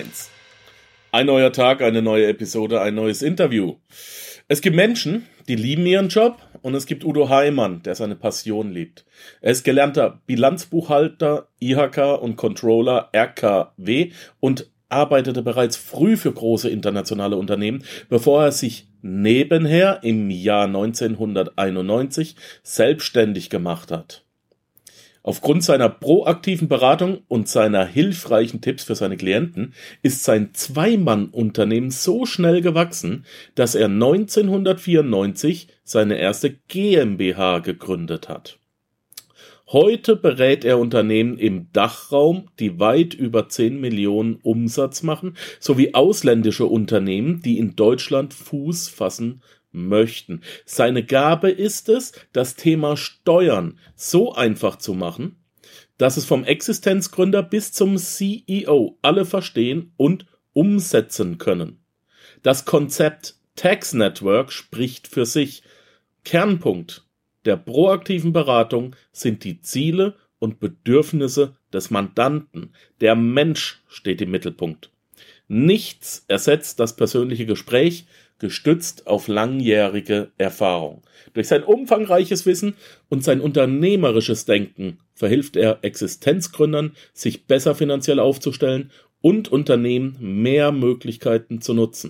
1. Ein neuer Tag, eine neue Episode, ein neues Interview. Es gibt Menschen, die lieben ihren Job, und es gibt Udo Heimann, der seine Passion liebt. Er ist gelernter Bilanzbuchhalter, IHK und Controller RKW und arbeitete bereits früh für große internationale Unternehmen, bevor er sich nebenher im Jahr 1991 selbstständig gemacht hat. Aufgrund seiner proaktiven Beratung und seiner hilfreichen Tipps für seine Klienten ist sein Zwei-Mann-Unternehmen so schnell gewachsen, dass er 1994 seine erste GmbH gegründet hat. Heute berät er Unternehmen im Dachraum, die weit über 10 Millionen Umsatz machen, sowie ausländische Unternehmen, die in Deutschland Fuß fassen möchten. Seine Gabe ist es, das Thema Steuern so einfach zu machen, dass es vom Existenzgründer bis zum CEO alle verstehen und umsetzen können. Das Konzept Tax Network spricht für sich. Kernpunkt der proaktiven Beratung sind die Ziele und Bedürfnisse des Mandanten. Der Mensch steht im Mittelpunkt. Nichts ersetzt das persönliche Gespräch, gestützt auf langjährige Erfahrung. Durch sein umfangreiches Wissen und sein unternehmerisches Denken verhilft er Existenzgründern, sich besser finanziell aufzustellen und Unternehmen mehr Möglichkeiten zu nutzen.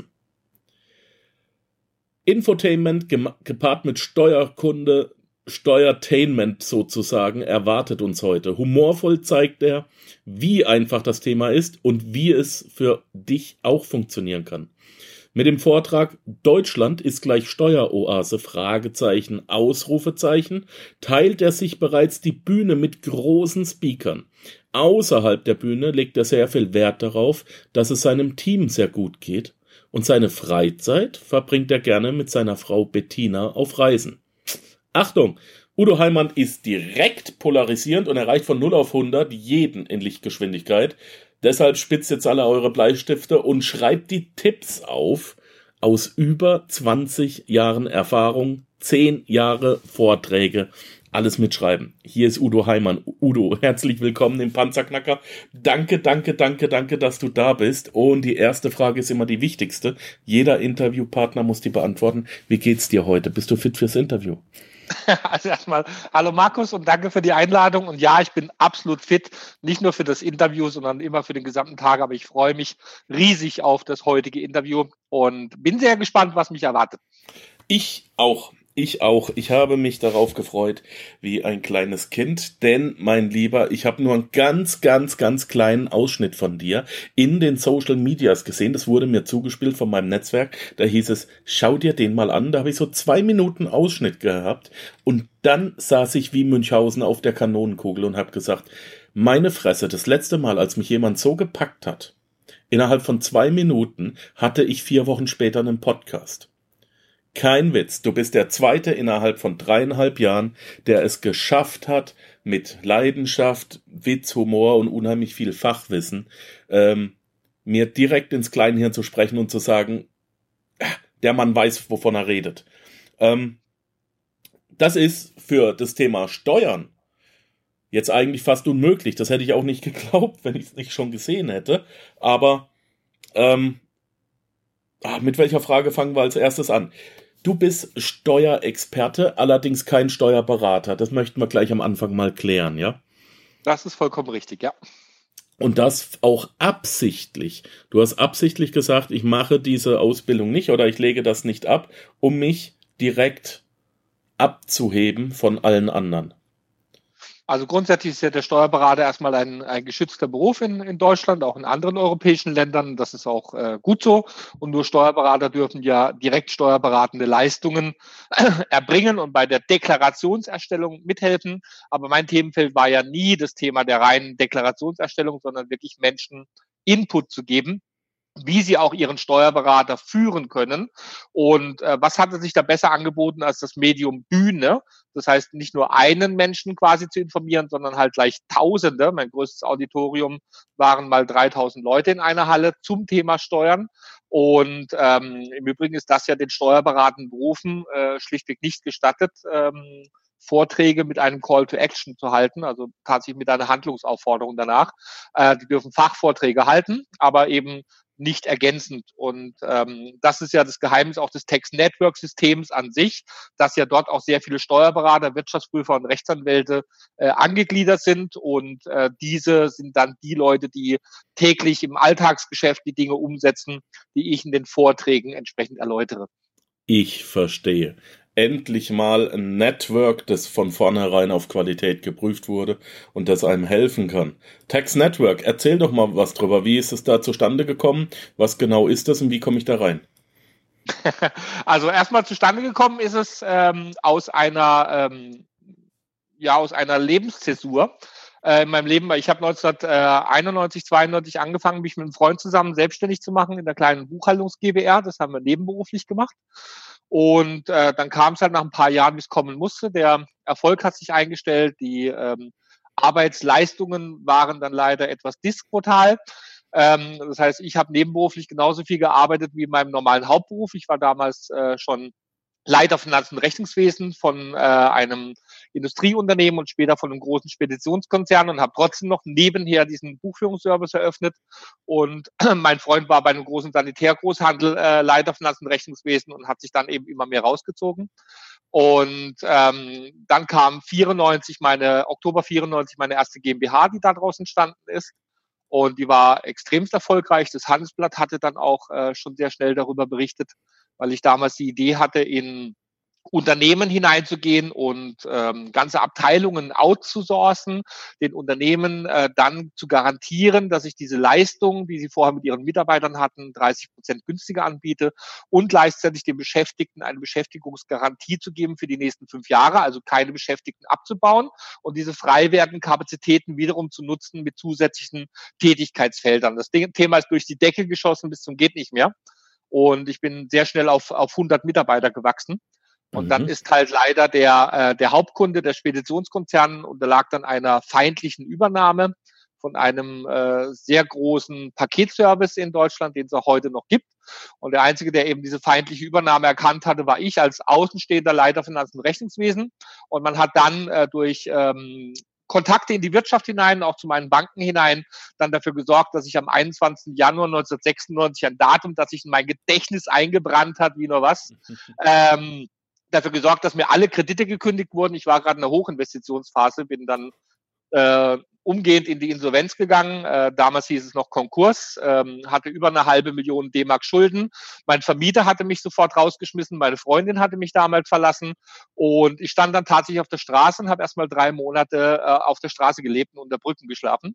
Infotainment gepaart mit Steuerkunde, Steuertainment sozusagen, erwartet uns heute. Humorvoll zeigt er, wie einfach das Thema ist und wie es für dich auch funktionieren kann. Mit dem Vortrag Deutschland ist gleich Steueroase, Fragezeichen, Ausrufezeichen, teilt er sich bereits die Bühne mit großen Speakern. Außerhalb der Bühne legt er sehr viel Wert darauf, dass es seinem Team sehr gut geht, und seine Freizeit verbringt er gerne mit seiner Frau Bettina auf Reisen. Achtung! Udo Heimann ist direkt polarisierend und erreicht von 0 auf 100 jeden in Lichtgeschwindigkeit. Deshalb spitzt jetzt alle eure Bleistifte und schreibt die Tipps auf aus über 20 Jahren Erfahrung, 10 Jahre Vorträge, alles mitschreiben. Hier ist Udo Heimann. Udo, herzlich willkommen im Panzerknacker. Danke, dass du da bist. Und die erste Frage ist immer die wichtigste. Jeder Interviewpartner muss die beantworten. Wie geht's dir heute? Bist du fit fürs Interview? Also erstmal, hallo Markus und danke für die Einladung. Und ja, ich bin absolut fit, nicht nur für das Interview, sondern immer für den gesamten Tag. Aber ich freue mich riesig auf das heutige Interview und bin sehr gespannt, was mich erwartet. Ich auch. Ich habe mich darauf gefreut wie ein kleines Kind, denn, mein Lieber, ich habe nur einen ganz kleinen Ausschnitt von dir in den Social Medias gesehen. Das wurde mir zugespielt von meinem Netzwerk. Da hieß es, schau dir den mal an. Da habe ich so 2 Minuten Ausschnitt gehabt und dann saß ich wie Münchhausen auf der Kanonenkugel und habe gesagt, meine Fresse, das letzte Mal, als mich jemand so gepackt hat, innerhalb von 2 Minuten hatte ich 4 Wochen später einen Podcast. Kein Witz, du bist der Zweite innerhalb von 3,5 Jahren, der es geschafft hat, mit Leidenschaft, Witz, Humor und unheimlich viel Fachwissen, mir direkt ins Kleinhirn zu sprechen und zu sagen, der Mann weiß, wovon er redet. Das ist für das Thema Steuern jetzt eigentlich fast unmöglich. Das hätte ich auch nicht geglaubt, wenn ich es nicht schon gesehen hätte. Aber mit welcher Frage fangen wir als erstes an? Du bist Steuerexperte, allerdings kein Steuerberater. Das möchten wir gleich am Anfang mal klären, ja? Das ist vollkommen richtig, ja. Und das auch absichtlich. Du hast absichtlich gesagt, ich mache diese Ausbildung nicht oder ich lege das nicht ab, um mich direkt abzuheben von allen anderen. Also grundsätzlich ist ja der Steuerberater erstmal ein geschützter Beruf in Deutschland, auch in anderen europäischen Ländern. Das ist auch gut so. Und nur Steuerberater dürfen ja direkt steuerberatende Leistungen erbringen und bei der Deklarationserstellung mithelfen. Aber mein Themenfeld war ja nie das Thema der reinen Deklarationserstellung, sondern wirklich Menschen Input zu geben, wie sie auch ihren Steuerberater führen können. Und was hatte sich da besser angeboten als das Medium Bühne? Das heißt, nicht nur einen Menschen quasi zu informieren, sondern halt gleich Tausende. Mein größtes Auditorium waren mal 3000 Leute in einer Halle zum Thema Steuern. Und im Übrigen ist das ja den steuerberatenden Berufen schlichtweg nicht gestattet, Vorträge mit einem Call to Action zu halten, also tatsächlich mit einer Handlungsaufforderung danach. Die dürfen Fachvorträge halten, aber eben nicht ergänzend. Und das ist ja das Geheimnis auch des Tax-Network-Systems an sich, dass ja dort auch sehr viele Steuerberater, Wirtschaftsprüfer und Rechtsanwälte angegliedert sind. Und diese sind dann die Leute, die täglich im Alltagsgeschäft die Dinge umsetzen, die ich in den Vorträgen entsprechend erläutere. Ich verstehe. Endlich mal ein Network, das von vornherein auf Qualität geprüft wurde und das einem helfen kann. Tax Network, erzähl doch mal was drüber. Wie ist es da zustande gekommen? Was genau ist das und wie komme ich da rein? Also erstmal zustande gekommen ist es aus einer Lebenszäsur in meinem Leben. Ich habe 1991, 92 angefangen, mich mit einem Freund zusammen selbstständig zu machen in der kleinen Buchhaltungs GbR. Das haben wir nebenberuflich gemacht. Und dann kam es halt nach ein paar Jahren, wie es kommen musste. Der Erfolg hat sich eingestellt. Die Arbeitsleistungen waren dann leider etwas disquotal. Das heißt, ich habe nebenberuflich genauso viel gearbeitet wie in meinem normalen Hauptberuf. Ich war damals schon Leiter Finanzen und Rechnungswesen von einem Industrieunternehmen und später von einem großen Speditionskonzern und habe trotzdem noch nebenher diesen Buchführungsservice eröffnet. Und mein Freund war bei einem großen Sanitärgroßhandel Leiter Finanzen und Rechnungswesen und hat sich dann eben immer mehr rausgezogen. Und dann kam Oktober 94 meine erste GmbH, die daraus entstanden ist. Und die war extremst erfolgreich. Das Handelsblatt hatte dann auch schon sehr schnell darüber berichtet, weil ich damals die Idee hatte, in Unternehmen hineinzugehen und ganze Abteilungen outzusourcen, den Unternehmen dann zu garantieren, dass ich diese Leistung, die sie vorher mit ihren Mitarbeitern hatten, 30% günstiger anbiete und gleichzeitig den Beschäftigten eine Beschäftigungsgarantie zu geben für die nächsten 5 Jahre, also keine Beschäftigten abzubauen und diese frei werdenden Kapazitäten wiederum zu nutzen mit zusätzlichen Tätigkeitsfeldern. Das Thema ist durch die Decke geschossen bis zum geht nicht mehr. Und ich bin sehr schnell auf 100 Mitarbeiter gewachsen. Und dann ist halt leider der Hauptkunde, der Speditionskonzern, unterlag dann einer feindlichen Übernahme von einem sehr großen Paketservice in Deutschland, den es auch heute noch gibt. Und der Einzige, der eben diese feindliche Übernahme erkannt hatte, war ich als außenstehender Leiter Finanzen und Rechnungswesen. Und man hat dann durch Kontakte in die Wirtschaft hinein, auch zu meinen Banken hinein, dann dafür gesorgt, dass ich am 21. Januar 1996, ein Datum, das sich in mein Gedächtnis eingebrannt hat, wie nur was, dafür gesorgt, dass mir alle Kredite gekündigt wurden. Ich war gerade in einer Hochinvestitionsphase, bin dann umgehend in die Insolvenz gegangen. Damals hieß es noch Konkurs, hatte über 500.000 D-Mark Schulden. Mein Vermieter hatte mich sofort rausgeschmissen, meine Freundin hatte mich damals verlassen und ich stand dann tatsächlich auf der Straße und habe erstmal 3 Monate auf der Straße gelebt und unter Brücken geschlafen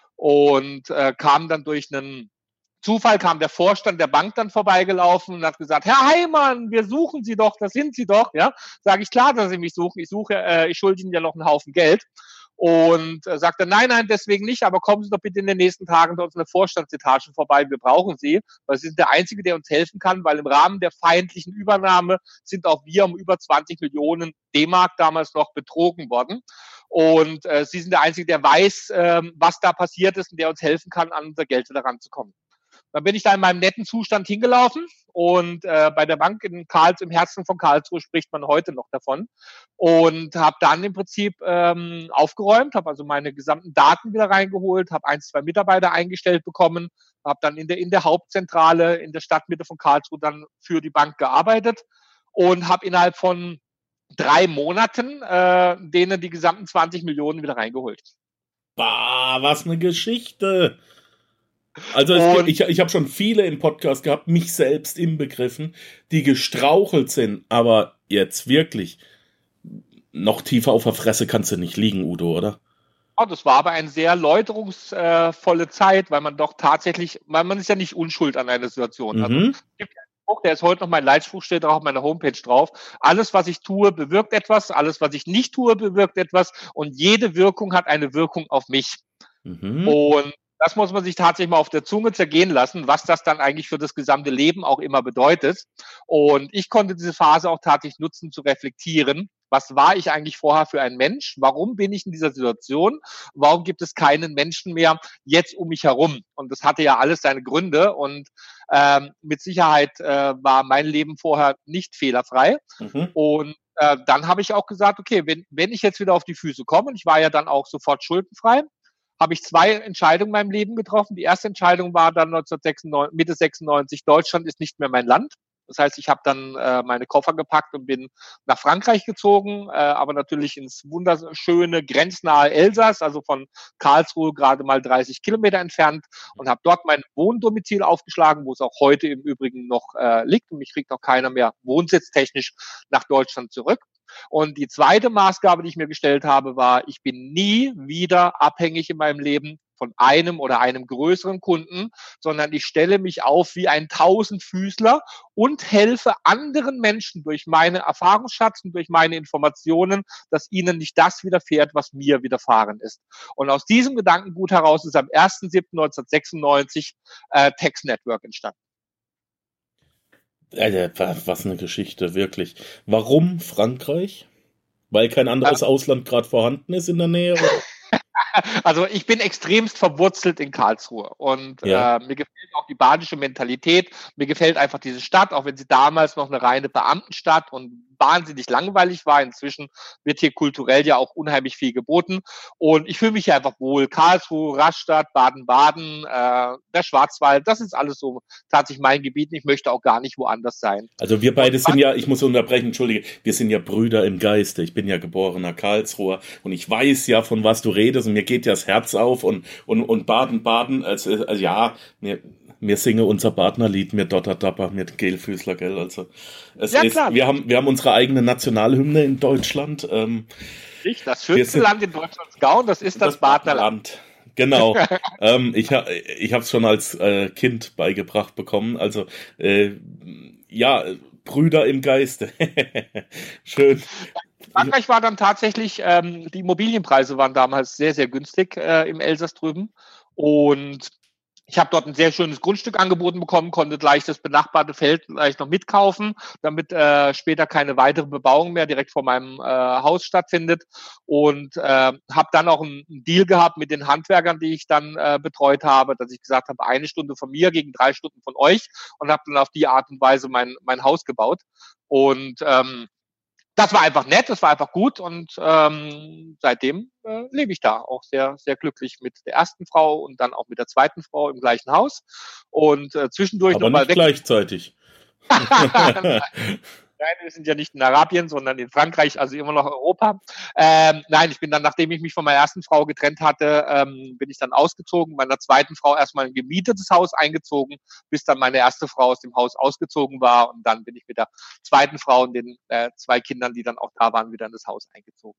und kam dann durch einen Zufall kam der Vorstand der Bank dann vorbeigelaufen und hat gesagt, Herr Heimann, wir suchen Sie doch, das sind Sie doch, ja. Sage ich, klar, dass Sie mich suchen. Ich schulde Ihnen ja noch einen Haufen Geld. Und sagte, nein, deswegen nicht, aber kommen Sie doch bitte in den nächsten Tagen bei uns in der Vorstandsetage vorbei, wir brauchen Sie, weil Sie sind der Einzige, der uns helfen kann, weil im Rahmen der feindlichen Übernahme sind auch wir um über 20 Millionen D-Mark damals noch betrogen worden. Und Sie sind der Einzige, der weiß, was da passiert ist und der uns helfen kann, an unser Geld wieder ranzukommen. Dann bin ich da in meinem netten Zustand hingelaufen und bei der Bank im Herzen von Karlsruhe spricht man heute noch davon und habe dann im Prinzip aufgeräumt, habe also meine gesamten Daten wieder reingeholt, habe 1, 2 Mitarbeiter eingestellt bekommen, habe dann in der Hauptzentrale in der Stadtmitte von Karlsruhe dann für die Bank gearbeitet und habe innerhalb von 3 Monaten denen die gesamten 20 Millionen wieder reingeholt. Bah, was eine Geschichte! Also ich habe schon viele im Podcast gehabt, mich selbst inbegriffen, die gestrauchelt sind, aber jetzt wirklich noch tiefer auf der Fresse kannst du nicht liegen, Udo, oder? Oh, das war aber eine sehr läuterungsvolle Zeit, weil man doch tatsächlich, weil man ist ja nicht unschuld an einer Situation. Also es gibt einen Spruch, der ist heute noch mein Leitspruch, steht auch auf meiner Homepage drauf. Alles, was ich tue, bewirkt etwas, alles, was ich nicht tue, bewirkt etwas und jede Wirkung hat eine Wirkung auf mich. Und das muss man sich tatsächlich mal auf der Zunge zergehen lassen, was das dann eigentlich für das gesamte Leben auch immer bedeutet. Und ich konnte diese Phase auch tatsächlich nutzen, zu reflektieren. Was war ich eigentlich vorher für ein Mensch? Warum bin ich in dieser Situation? Warum gibt es keinen Menschen mehr jetzt um mich herum? Und das hatte ja alles seine Gründe. Und mit Sicherheit war mein Leben vorher nicht fehlerfrei. Und dann habe ich auch gesagt, okay, wenn ich jetzt wieder auf die Füße komme, und ich war ja dann auch sofort schuldenfrei, habe ich 2 Entscheidungen in meinem Leben getroffen. Die erste Entscheidung war dann 1996, Mitte 96, Deutschland ist nicht mehr mein Land. Das heißt, ich habe dann meine Koffer gepackt und bin nach Frankreich gezogen, aber natürlich ins wunderschöne, grenznahe Elsass, also von Karlsruhe gerade mal 30 Kilometer entfernt, und habe dort mein Wohndomizil aufgeschlagen, wo es auch heute im Übrigen noch liegt, und mich kriegt auch keiner mehr wohnsitztechnisch nach Deutschland zurück. Und die zweite Maßgabe, die ich mir gestellt habe, war, ich bin nie wieder abhängig in meinem Leben von einem oder einem größeren Kunden, sondern ich stelle mich auf wie ein Tausendfüßler und helfe anderen Menschen durch meine Erfahrungsschatz und durch meine Informationen, dass ihnen nicht das widerfährt, was mir widerfahren ist. Und aus diesem Gedankengut heraus ist am 1.7.1996 Text Network entstanden. Was eine Geschichte, wirklich. Warum Frankreich? Weil kein anderes Ausland gerade vorhanden ist in der Nähe? Oder? Also ich bin extremst verwurzelt in Karlsruhe und mir gefällt auch die badische Mentalität. Mir gefällt einfach diese Stadt, auch wenn sie damals noch eine reine Beamtenstadt und wahnsinnig langweilig war. Inzwischen wird hier kulturell ja auch unheimlich viel geboten und ich fühle mich hier einfach wohl. Karlsruhe, Rastatt, Baden-Baden, der Schwarzwald, das ist alles so tatsächlich mein Gebiet und ich möchte auch gar nicht woanders sein. Also wir beide sind ja, ich muss unterbrechen, entschuldige, wir sind ja Brüder im Geiste. Ich bin ja geborener Karlsruher und ich weiß ja, von was du redest und mir geht ja das Herz auf und Baden, also ja, mir singe unser Badnerlied, mir Dotterdapper, mir Gelfüßler, gell, also es Ja, ist, klar. wir haben unsere eigene Nationalhymne in Deutschland. Das schönste Land in Deutschlands Gauen, das ist das Badnerland. Genau. Ich habe es schon als Kind beigebracht bekommen. Also ja, Brüder im Geiste. Schön. Frankreich war dann tatsächlich, die Immobilienpreise waren damals sehr, sehr günstig im Elsass drüben. Und ich habe dort ein sehr schönes Grundstück angeboten bekommen, konnte gleich das benachbarte Feld gleich noch mitkaufen, damit später keine weitere Bebauung mehr direkt vor meinem Haus stattfindet. Und habe dann auch einen Deal gehabt mit den Handwerkern, die ich dann betreut habe, dass ich gesagt habe, 1 Stunde von mir gegen 3 Stunden von euch, und habe dann auf die Art und Weise mein Haus gebaut. Und das war einfach nett, das war einfach gut und seitdem lebe ich da auch sehr, sehr glücklich mit der ersten Frau und dann auch mit der zweiten Frau im gleichen Haus und zwischendurch aber nochmal nicht gleichzeitig. Nein, wir sind ja nicht in Arabien, sondern in Frankreich, also immer noch Europa. Nein, ich bin dann, nachdem ich mich von meiner ersten Frau getrennt hatte, bin ich dann ausgezogen, meiner zweiten Frau erstmal ein gemietetes Haus eingezogen, bis dann meine erste Frau aus dem Haus ausgezogen war, und dann bin ich mit der zweiten Frau und den 2 Kindern, die dann auch da waren, wieder in das Haus eingezogen.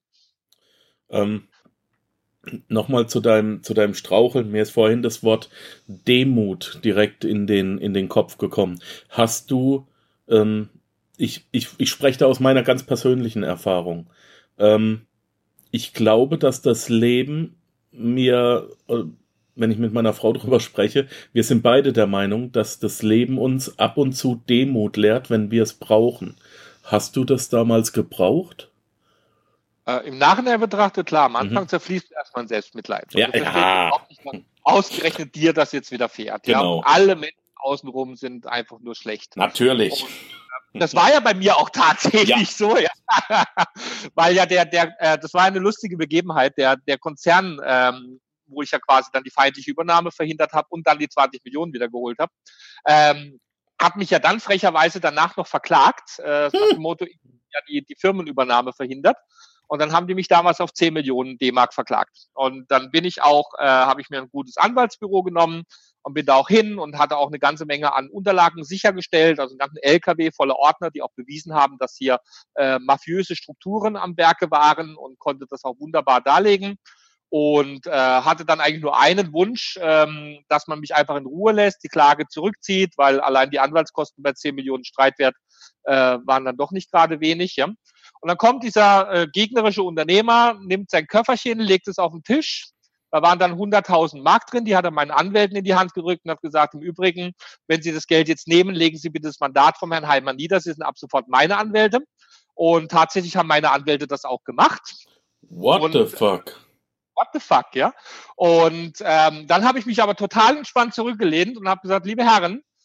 Nochmal zu deinem Straucheln. Mir ist vorhin das Wort Demut direkt in den Kopf gekommen. Hast du ich spreche da aus meiner ganz persönlichen Erfahrung. Ich glaube, dass das Leben mir, wenn ich mit meiner Frau drüber spreche, wir sind beide der Meinung, dass das Leben uns ab und zu Demut lehrt, wenn wir es brauchen. Hast du das damals gebraucht? Im Nachhinein betrachtet, klar, am Anfang zerfließt erstmal ein Selbstmitleid. Ja, ja. Ausgerechnet dir das jetzt widerfährt. Genau. Ja? Alle Menschen außenrum sind einfach nur schlecht. Natürlich. Und das war ja bei mir auch tatsächlich so, ja. Weil ja das war eine lustige Begebenheit. Der Konzern, wo ich ja quasi dann die feindliche Übernahme verhindert habe und dann die 20 Millionen wieder geholt habe, hat mich ja dann frecherweise danach noch verklagt, nach dem Motto, ich habe ja die Firmenübernahme verhindert. Und dann haben die mich damals auf 10 Millionen D-Mark verklagt. Und dann bin ich auch, habe ich mir ein gutes Anwaltsbüro genommen und bin da auch hin und hatte auch eine ganze Menge an Unterlagen sichergestellt, also einen ganzen LKW voller Ordner, die auch bewiesen haben, dass hier mafiöse Strukturen am Werke waren, und konnte das auch wunderbar darlegen. Und hatte dann eigentlich nur einen Wunsch, dass man mich einfach in Ruhe lässt, die Klage zurückzieht, weil allein die Anwaltskosten bei 10 Millionen Streitwert waren dann doch nicht gerade wenig. Ja? Und dann kommt dieser gegnerische Unternehmer, nimmt sein Köfferchen, legt es auf den Tisch. Da waren dann 100.000 Mark drin, die hat er meinen Anwälten in die Hand gedrückt und hat gesagt, im Übrigen, wenn Sie das Geld jetzt nehmen, legen Sie bitte das Mandat von Herrn Heimann nieder, Sie sind ab sofort meine Anwälte. Und tatsächlich haben meine Anwälte das auch gemacht. What the fuck, ja. Und dann habe ich mich aber total entspannt zurückgelehnt und habe gesagt, liebe Herren,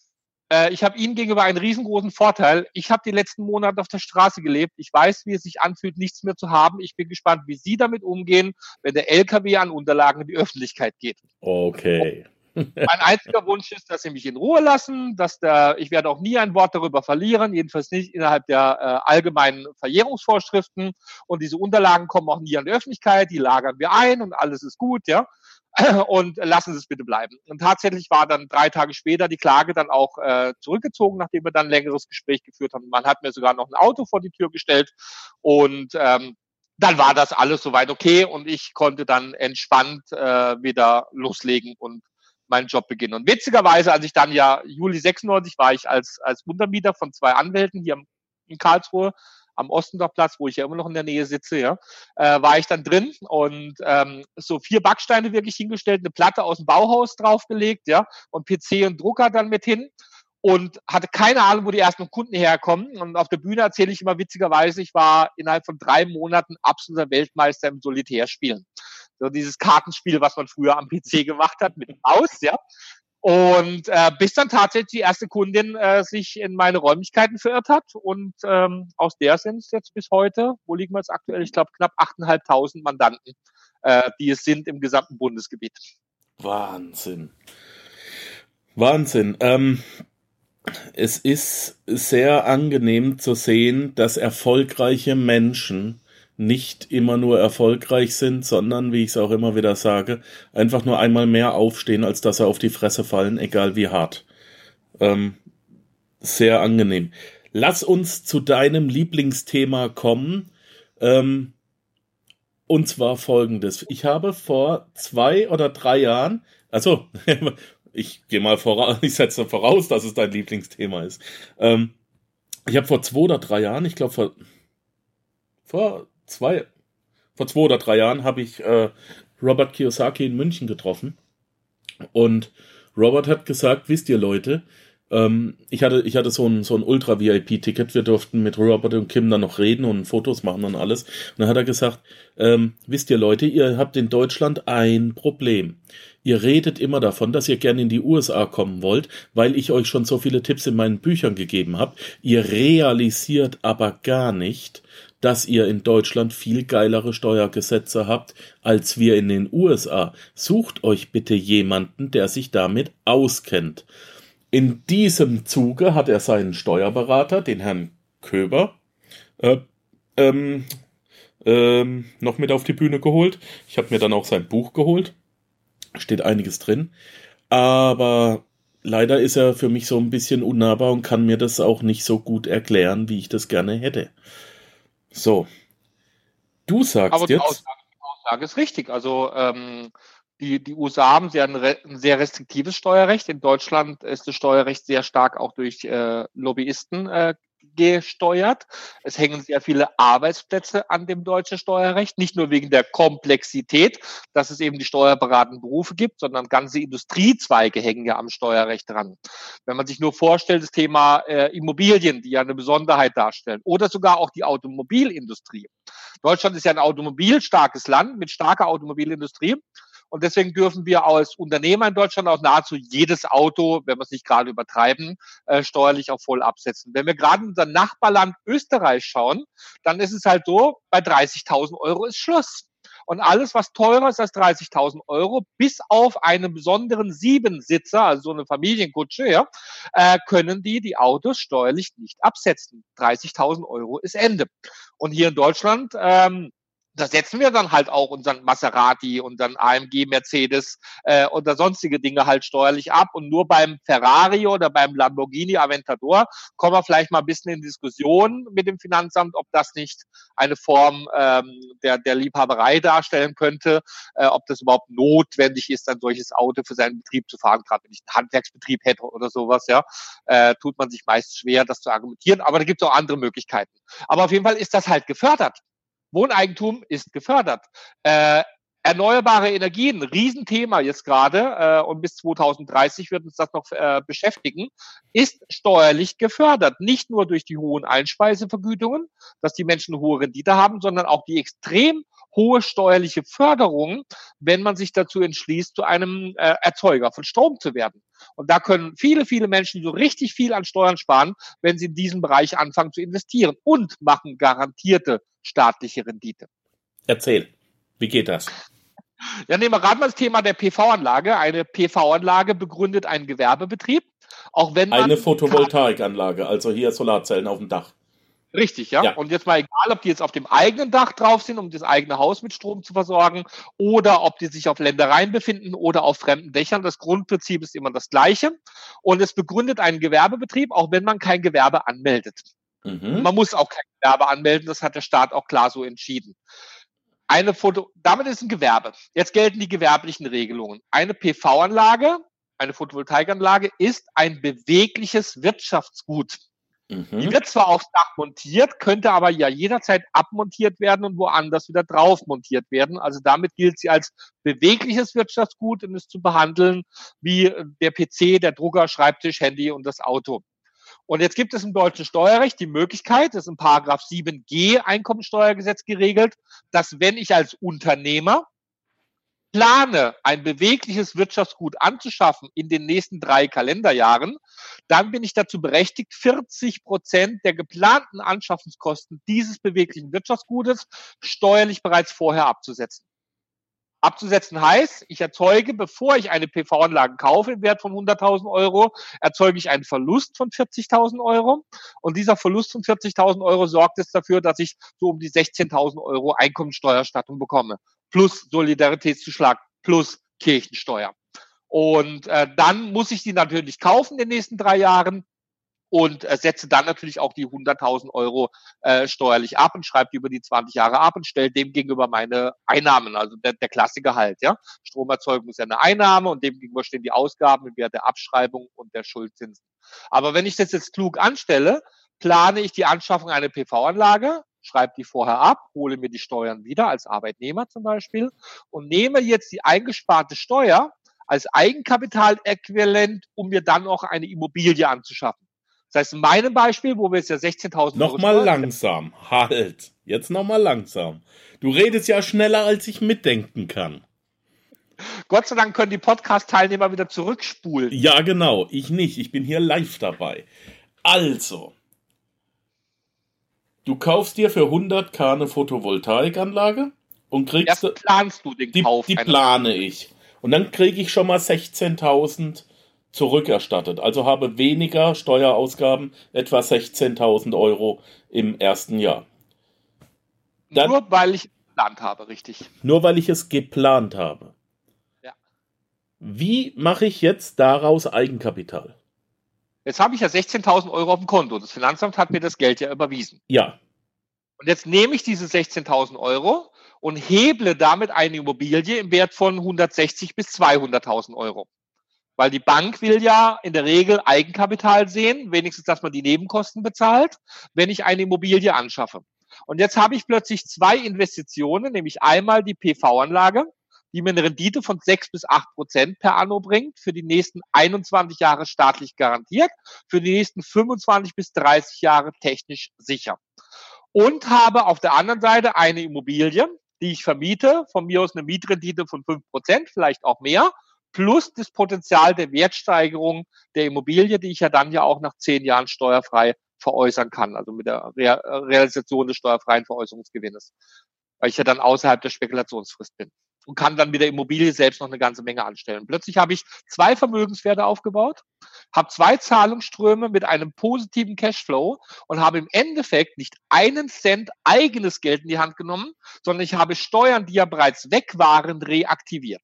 Ich habe Ihnen gegenüber einen riesengroßen Vorteil. Ich habe die letzten Monate auf der Straße gelebt. Ich weiß, wie es sich anfühlt, nichts mehr zu haben. Ich bin gespannt, wie Sie damit umgehen, wenn der LKW an Unterlagen in die Öffentlichkeit geht. Okay. Mein einziger Wunsch ist, dass Sie mich in Ruhe lassen, ich werde auch nie ein Wort darüber verlieren, jedenfalls nicht innerhalb der allgemeinen Verjährungsvorschriften. Und diese Unterlagen kommen auch nie an die Öffentlichkeit, die lagern wir ein und alles ist gut, ja. Und lassen Sie es bitte bleiben. Und tatsächlich war dann 3 Tage später die Klage dann auch zurückgezogen, nachdem wir dann ein längeres Gespräch geführt haben. Man hat mir sogar noch ein Auto vor die Tür gestellt und dann war das alles soweit okay und ich konnte dann entspannt wieder loslegen und meinen Job beginnen. Und witzigerweise, als ich dann Juli 96 war ich als Untermieter von 2 Anwälten hier in Karlsruhe am Ostendorfplatz, wo ich ja immer noch in der Nähe sitze, war ich dann drin und so 4 Backsteine wirklich hingestellt, eine Platte aus dem Bauhaus draufgelegt, und PC und Drucker dann mit hin und hatte keine Ahnung, wo die ersten Kunden herkommen. Und auf der Bühne erzähle ich immer witzigerweise, ich war innerhalb von 3 Monaten absoluter Weltmeister im Solitärspielen. So dieses Kartenspiel, was man früher am PC gemacht hat, mit Maus, Und bis dann tatsächlich die erste Kundin sich in meine Räumlichkeiten verirrt hat. Und aus der sind es jetzt bis heute, wo liegen wir jetzt aktuell? Ich glaube, knapp 8.500 Mandanten, die es sind im gesamten Bundesgebiet. Wahnsinn. Wahnsinn. Es ist sehr angenehm zu sehen, dass erfolgreiche Menschen nicht immer nur erfolgreich sind, sondern, wie ich es auch immer wieder sage, einfach nur einmal mehr aufstehen, als dass sie auf die Fresse fallen, egal wie hart. Sehr angenehm. Lass uns zu deinem Lieblingsthema kommen. Und zwar folgendes. Ich habe vor 2 oder 3 Jahren, ich gehe mal voraus, ich setze voraus, dass es dein Lieblingsthema ist. Ich habe vor 2 oder 3 Jahren, ich glaube vor 2 oder 3 Jahren habe ich Robert Kiyosaki in München getroffen. Und Robert hat gesagt, wisst ihr Leute, ich hatte so ein Ultra-VIP-Ticket, wir durften mit Robert und Kim dann noch reden und Fotos machen und alles. Und dann hat er gesagt, wisst ihr Leute, ihr habt in Deutschland ein Problem. Ihr redet immer davon, dass ihr gerne in die USA kommen wollt, weil ich euch schon so viele Tipps in meinen Büchern gegeben habe. Ihr realisiert aber gar nicht, dass ihr in Deutschland viel geilere Steuergesetze habt, als wir in den USA. Sucht euch bitte jemanden, der sich damit auskennt. In diesem Zuge hat er seinen Steuerberater, den Herrn Köber, noch mit auf die Bühne geholt. Ich habe mir dann auch sein Buch geholt. Steht einiges drin. Aber leider ist er für mich so ein bisschen unnahbar und kann mir das auch nicht so gut erklären, wie ich das gerne hätte. So. Du sagst aber jetzt... Die Aussage ist richtig. Also die USA haben ein sehr restriktives Steuerrecht. In Deutschland ist das Steuerrecht sehr stark auch durch Lobbyisten gesteuert. Es hängen sehr viele Arbeitsplätze an dem deutschen Steuerrecht, nicht nur wegen der Komplexität, dass es eben die steuerberatenden Berufe gibt, sondern ganze Industriezweige hängen ja am Steuerrecht dran. Wenn man sich nur vorstellt, das Thema Immobilien, die ja eine Besonderheit darstellen, oder sogar auch die Automobilindustrie. Deutschland ist ja ein automobilstarkes Land mit starker Automobilindustrie. Und deswegen dürfen wir als Unternehmer in Deutschland auch nahezu jedes Auto, wenn wir es nicht gerade übertreiben, steuerlich auch voll absetzen. Wenn wir gerade in unser Nachbarland Österreich schauen, dann ist es halt so, bei 30.000 Euro ist Schluss. Und alles, was teurer ist als 30.000 Euro, bis auf einen besonderen 7-Sitzer, also so eine Familienkutsche, können die Autos steuerlich nicht absetzen. 30.000 Euro ist Ende. Und hier in Deutschland da setzen wir dann halt auch unseren Maserati, unseren AMG, Mercedes oder sonstige Dinge halt steuerlich ab. Und nur beim Ferrari oder beim Lamborghini Aventador kommen wir vielleicht mal ein bisschen in Diskussion mit dem Finanzamt, ob das nicht eine Form der Liebhaberei darstellen könnte, ob das überhaupt notwendig ist, ein solches Auto für seinen Betrieb zu fahren. Gerade wenn ich einen Handwerksbetrieb hätte oder sowas, tut man sich meist schwer, das zu argumentieren. Aber da gibt es auch andere Möglichkeiten. Aber auf jeden Fall ist das halt gefördert. Wohneigentum ist gefördert. Erneuerbare Energien, Riesenthema jetzt gerade, und bis 2030 wird uns das noch beschäftigen, ist steuerlich gefördert. Nicht nur durch die hohen Einspeisevergütungen, dass die Menschen eine hohe Rendite haben, sondern auch die extrem hohe steuerliche Förderung, wenn man sich dazu entschließt, zu einem Erzeuger von Strom zu werden. Und da können viele, viele Menschen so richtig viel an Steuern sparen, wenn sie in diesem Bereich anfangen zu investieren und machen garantierte staatliche Rendite. Erzähl, wie geht das? Ja, nehmen wir gerade mal das Thema der PV-Anlage. Eine PV-Anlage begründet einen Gewerbebetrieb, auch wenn man... Eine Photovoltaikanlage, also hier Solarzellen auf dem Dach. Richtig, ja. Und jetzt mal egal, ob die jetzt auf dem eigenen Dach drauf sind, um das eigene Haus mit Strom zu versorgen, oder ob die sich auf Ländereien befinden oder auf fremden Dächern. Das Grundprinzip ist immer das gleiche. Und es begründet einen Gewerbebetrieb, auch wenn man kein Gewerbe anmeldet. Und man muss auch kein Gewerbe anmelden, das hat der Staat auch klar so entschieden. Damit ist ein Gewerbe. Jetzt gelten die gewerblichen Regelungen. Eine PV-Anlage, eine Photovoltaikanlage, ist ein bewegliches Wirtschaftsgut. Die wird zwar aufs Dach montiert, könnte aber ja jederzeit abmontiert werden und woanders wieder drauf montiert werden. Also damit gilt sie als bewegliches Wirtschaftsgut und ist zu behandeln wie der PC, der Drucker, Schreibtisch, Handy und das Auto. Und jetzt gibt es im deutschen Steuerrecht die Möglichkeit, das ist in Paragraph 7g Einkommensteuergesetz geregelt, dass wenn ich als Unternehmer plane, ein bewegliches Wirtschaftsgut anzuschaffen in den nächsten 3 Kalenderjahren, dann bin ich dazu berechtigt, 40% der geplanten Anschaffungskosten dieses beweglichen Wirtschaftsgutes steuerlich bereits vorher abzusetzen. Abzusetzen heißt, ich erzeuge, bevor ich eine PV-Anlage kaufe im Wert von 100.000 Euro, erzeuge ich einen Verlust von 40.000 Euro. Und dieser Verlust von 40.000 Euro sorgt jetzt dafür, dass ich so um die 16.000 Euro Einkommensteuerstattung bekomme. Plus Solidaritätszuschlag, plus Kirchensteuer. Und dann muss ich die natürlich kaufen in den nächsten 3 Jahren. Und setze dann natürlich auch die 100.000 Euro steuerlich ab und schreibe die über die 20 Jahre ab und stelle dem gegenüber meine Einnahmen, also der Klassiker halt, ja. Stromerzeugung ist ja eine Einnahme und dem gegenüber stehen die Ausgaben im Wert der Abschreibung und der Schuldzinsen. Aber wenn ich das jetzt klug anstelle, plane ich die Anschaffung einer PV-Anlage, schreibe die vorher ab, hole mir die Steuern wieder als Arbeitnehmer zum Beispiel und nehme jetzt die eingesparte Steuer als Eigenkapitaläquivalent, um mir dann auch eine Immobilie anzuschaffen. Das heißt, in meinem Beispiel, wo wir jetzt ja 16.000 Euro... Nochmal langsam, halt. Jetzt nochmal langsam. Du redest ja schneller, als ich mitdenken kann. Gott sei Dank können die Podcast-Teilnehmer wieder zurückspulen. Ja, genau. Ich nicht. Ich bin hier live dabei. Also, du kaufst dir für 100.000 eine Photovoltaikanlage und kriegst... Erst planst du den Kauf. Die plane ich. Und dann kriege ich schon mal 16.000 zurückerstattet. Also habe weniger Steuerausgaben, etwa 16.000 Euro im ersten Jahr. Dann, nur weil ich es geplant habe, richtig. Nur weil ich es geplant habe. Ja. Wie mache ich jetzt daraus Eigenkapital? Jetzt habe ich ja 16.000 Euro auf dem Konto. Das Finanzamt hat mir das Geld ja überwiesen. Ja. Und jetzt nehme ich diese 16.000 Euro und heble damit eine Immobilie im Wert von 160.000 bis 200.000 Euro. Weil die Bank will ja in der Regel Eigenkapital sehen, wenigstens, dass man die Nebenkosten bezahlt, wenn ich eine Immobilie anschaffe. Und jetzt habe ich plötzlich 2 Investitionen, nämlich einmal die PV-Anlage, die mir eine Rendite von 6 bis 8% per Anno bringt, für die nächsten 21 Jahre staatlich garantiert, für die nächsten 25 bis 30 Jahre technisch sicher. Und habe auf der anderen Seite eine Immobilie, die ich vermiete, von mir aus eine Mietrendite von 5%, vielleicht auch mehr, plus das Potenzial der Wertsteigerung der Immobilie, die ich ja dann ja auch nach 10 Jahren steuerfrei veräußern kann, also mit der Realisation des steuerfreien Veräußerungsgewinnes, weil ich ja dann außerhalb der Spekulationsfrist bin und kann dann mit der Immobilie selbst noch eine ganze Menge anstellen. Plötzlich habe ich 2 Vermögenswerte aufgebaut, habe 2 Zahlungsströme mit einem positiven Cashflow und habe im Endeffekt nicht einen Cent eigenes Geld in die Hand genommen, sondern ich habe Steuern, die ja bereits weg waren, reaktiviert.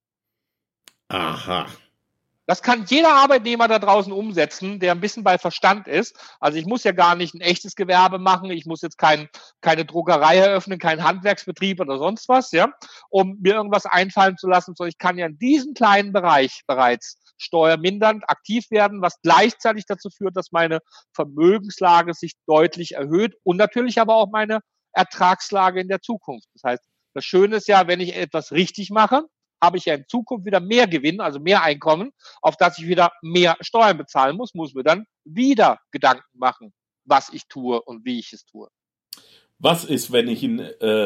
Aha. Das kann jeder Arbeitnehmer da draußen umsetzen, der ein bisschen bei Verstand ist. Also ich muss ja gar nicht ein echtes Gewerbe machen. Ich muss jetzt keine Druckerei eröffnen, keinen Handwerksbetrieb oder sonst was, ja, um mir irgendwas einfallen zu lassen. Sondern ich kann ja in diesem kleinen Bereich bereits steuermindernd aktiv werden, was gleichzeitig dazu führt, dass meine Vermögenslage sich deutlich erhöht und natürlich aber auch meine Ertragslage in der Zukunft. Das heißt, das Schöne ist ja, wenn ich etwas richtig mache, habe ich ja in Zukunft wieder mehr Gewinn, also mehr Einkommen, auf das ich wieder mehr Steuern bezahlen muss mir dann wieder Gedanken machen, was ich tue und wie ich es tue. Was ist, wenn ich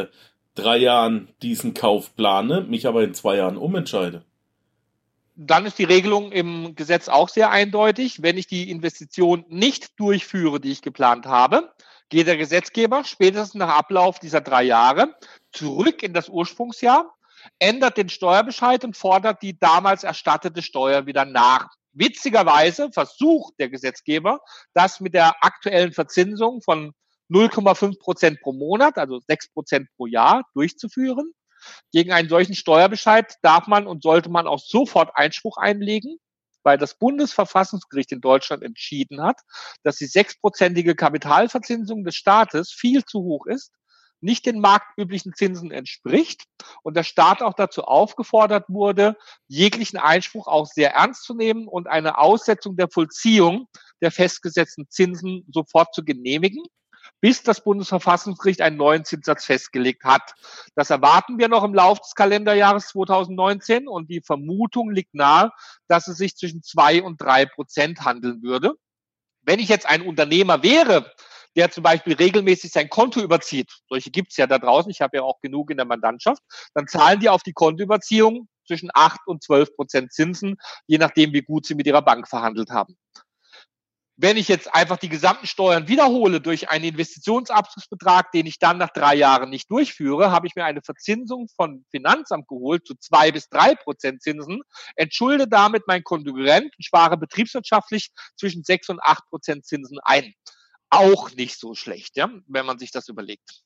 3 Jahren diesen Kauf plane, mich aber in 2 Jahren umentscheide? Dann ist die Regelung im Gesetz auch sehr eindeutig. Wenn ich die Investition nicht durchführe, die ich geplant habe, geht der Gesetzgeber spätestens nach Ablauf dieser 3 Jahre zurück in das Ursprungsjahr, ändert den Steuerbescheid und fordert die damals erstattete Steuer wieder nach. Witzigerweise versucht der Gesetzgeber, das mit der aktuellen Verzinsung von 0,5% pro Monat, also 6% pro Jahr, durchzuführen. Gegen einen solchen Steuerbescheid darf man und sollte man auch sofort Einspruch einlegen, weil das Bundesverfassungsgericht in Deutschland entschieden hat, dass die 6%ige Kapitalverzinsung des Staates viel zu hoch ist, nicht den marktüblichen Zinsen entspricht und der Staat auch dazu aufgefordert wurde, jeglichen Einspruch auch sehr ernst zu nehmen und eine Aussetzung der Vollziehung der festgesetzten Zinsen sofort zu genehmigen, bis das Bundesverfassungsgericht einen neuen Zinssatz festgelegt hat. Das erwarten wir noch im Laufe des Kalenderjahres 2019 und die Vermutung liegt nahe, dass es sich zwischen 2% und 3% handeln würde. Wenn ich jetzt ein Unternehmer wäre, der zum Beispiel regelmäßig sein Konto überzieht, solche gibt es ja da draußen, ich habe ja auch genug in der Mandantschaft, dann zahlen die auf die Kontoüberziehung zwischen 8 und 12% Zinsen, je nachdem, wie gut sie mit ihrer Bank verhandelt haben. Wenn ich jetzt einfach die gesamten Steuern wiederhole durch einen Investitionsabzugsbetrag, den ich dann nach 3 Jahren nicht durchführe, habe ich mir eine Verzinsung von Finanzamt geholt zu 2 bis 3% Zinsen, entschulde damit meinen Konkurrent und spare betriebswirtschaftlich zwischen 6 und 8% Zinsen ein. Auch nicht so schlecht, ja, wenn man sich das überlegt.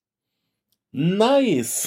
Nice.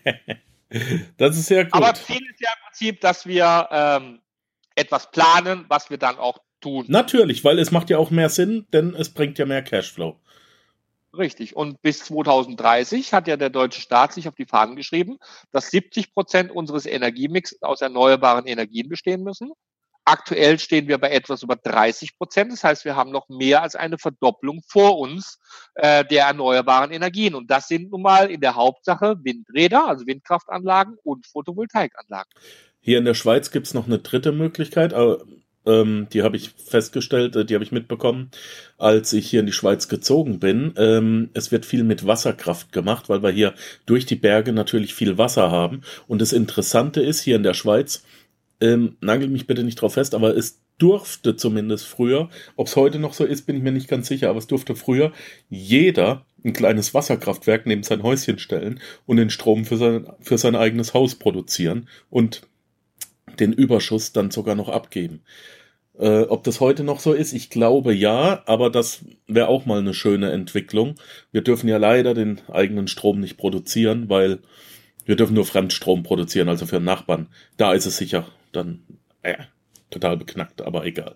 Das ist ja gut. Aber Ziel ist ja im Prinzip, dass wir etwas planen, was wir dann auch tun. Natürlich, weil es macht ja auch mehr Sinn, denn es bringt ja mehr Cashflow. Richtig. Und bis 2030 hat ja der deutsche Staat sich auf die Fahnen geschrieben, dass 70% unseres Energiemixes aus erneuerbaren Energien bestehen müssen. Aktuell stehen wir bei etwas über 30%. Das heißt, wir haben noch mehr als eine Verdopplung vor uns der erneuerbaren Energien. Und das sind nun mal in der Hauptsache Windräder, also Windkraftanlagen und Photovoltaikanlagen. Hier in der Schweiz gibt es noch eine dritte Möglichkeit, aber die habe ich festgestellt, die habe ich mitbekommen, als ich hier in die Schweiz gezogen bin. Es wird viel mit Wasserkraft gemacht, weil wir hier durch die Berge natürlich viel Wasser haben. Und das Interessante ist, hier in der Schweiz, nagel mich bitte nicht drauf fest, aber es durfte zumindest früher, ob es heute noch so ist, bin ich mir nicht ganz sicher, aber es durfte früher jeder ein kleines Wasserkraftwerk neben sein Häuschen stellen und den Strom für sein eigenes Haus produzieren und den Überschuss dann sogar noch abgeben. Ob das heute noch so ist, ich glaube ja, aber das wäre auch mal eine schöne Entwicklung. Wir dürfen ja leider den eigenen Strom nicht produzieren, weil wir dürfen nur Fremdstrom produzieren, also für Nachbarn. Da ist es sicher dann total beknackt, aber egal.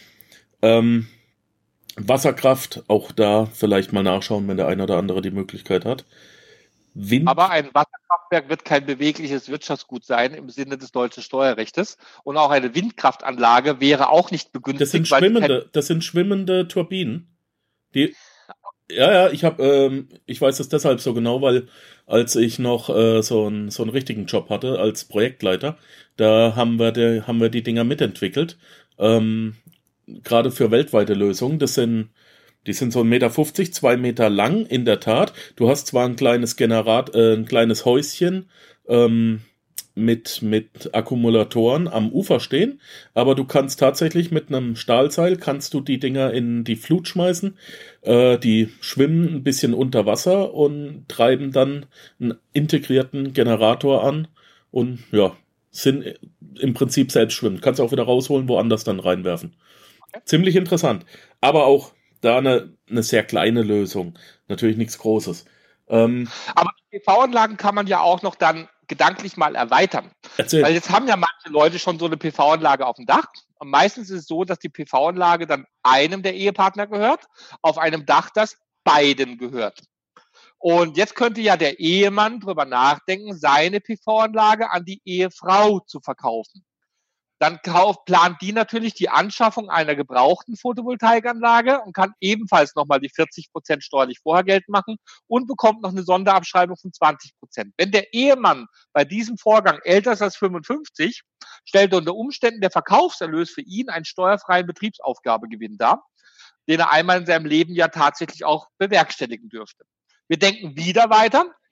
Wasserkraft, auch da vielleicht mal nachschauen, wenn der eine oder andere die Möglichkeit hat. Aber ein Wasserkraftwerk wird kein bewegliches Wirtschaftsgut sein im Sinne des deutschen Steuerrechtes. Und auch eine Windkraftanlage wäre auch nicht begünstigt. Das sind schwimmende Turbinen. Ich weiß das deshalb so genau, weil als ich noch so einen richtigen Job hatte als Projektleiter, da haben wir die Dinger mitentwickelt. Gerade für weltweite Lösungen. Die sind so 1,50 Meter, 2 Meter lang, in der Tat. Du hast zwar ein kleines Häuschen mit Akkumulatoren am Ufer stehen, aber du kannst tatsächlich mit einem Stahlseil kannst du die Dinger in die Flut schmeißen. Die schwimmen ein bisschen unter Wasser und treiben dann einen integrierten Generator an und ja, sind im Prinzip selbst schwimmen. Kannst auch wieder rausholen, woanders dann reinwerfen. Okay. Ziemlich interessant. Aber auch da eine sehr kleine Lösung. Natürlich nichts Großes. Aber die PV-Anlagen kann man ja auch noch dann gedanklich mal erweitern. Erzähl. Weil jetzt haben ja manche Leute schon so eine PV-Anlage auf dem Dach. Und meistens ist es so, dass die PV-Anlage dann einem der Ehepartner gehört, auf einem Dach, das beiden gehört. Und jetzt könnte ja der Ehemann drüber nachdenken, seine PV-Anlage an die Ehefrau zu verkaufen. Dann plant die natürlich die Anschaffung einer gebrauchten Photovoltaikanlage und kann ebenfalls nochmal die 40% steuerlich Vorhergeld machen und bekommt noch eine Sonderabschreibung von 20%. Wenn der Ehemann bei diesem Vorgang älter ist als 55, stellt unter Umständen der Verkaufserlös für ihn einen steuerfreien Betriebsaufgabegewinn dar, den er einmal in seinem Leben ja tatsächlich auch bewerkstelligen dürfte. Wir denken wieder weiter.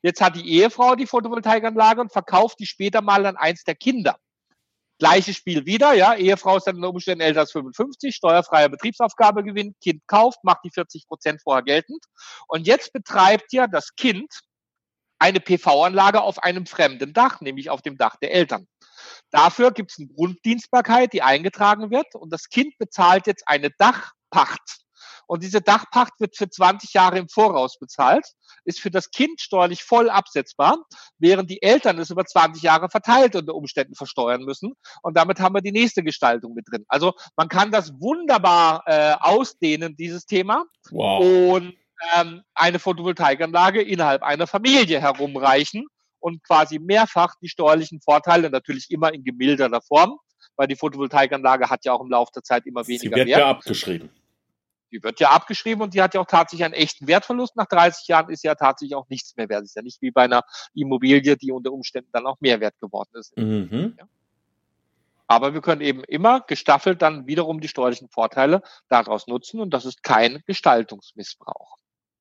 Jetzt hat die Ehefrau die Photovoltaikanlage und verkauft die später mal an eins der Kinder. Gleiches Spiel wieder, ja. Ehefrau ist dann unter Umständen älter als 55, steuerfreie Betriebsaufgabe gewinnt, Kind kauft, macht die 40% vorher geltend. Und jetzt betreibt ja das Kind eine PV-Anlage auf einem fremden Dach, nämlich auf dem Dach der Eltern. Dafür gibt es eine Grunddienstbarkeit, die eingetragen wird, und das Kind bezahlt jetzt eine Dachpacht. Und diese Dachpacht wird für 20 Jahre im Voraus bezahlt, ist für das Kind steuerlich voll absetzbar, während die Eltern es über 20 Jahre verteilt unter Umständen versteuern müssen. Und damit haben wir die nächste Gestaltung mit drin. Also man kann das wunderbar ausdehnen, dieses Thema. Wow. Und eine Photovoltaikanlage innerhalb einer Familie herumreichen und quasi mehrfach die steuerlichen Vorteile, natürlich immer in gemilderter Form, weil die Photovoltaikanlage hat ja auch im Laufe der Zeit immer weniger Wert. Sie wird ja abgeschrieben. Die wird ja abgeschrieben und die hat ja auch tatsächlich einen echten Wertverlust. Nach 30 Jahren ist ja tatsächlich auch nichts mehr wert. Das ist ja nicht wie bei einer Immobilie, die unter Umständen dann auch mehr wert geworden ist. Mhm. Ja. Aber wir können eben immer gestaffelt dann wiederum die steuerlichen Vorteile daraus nutzen, und das ist kein Gestaltungsmissbrauch.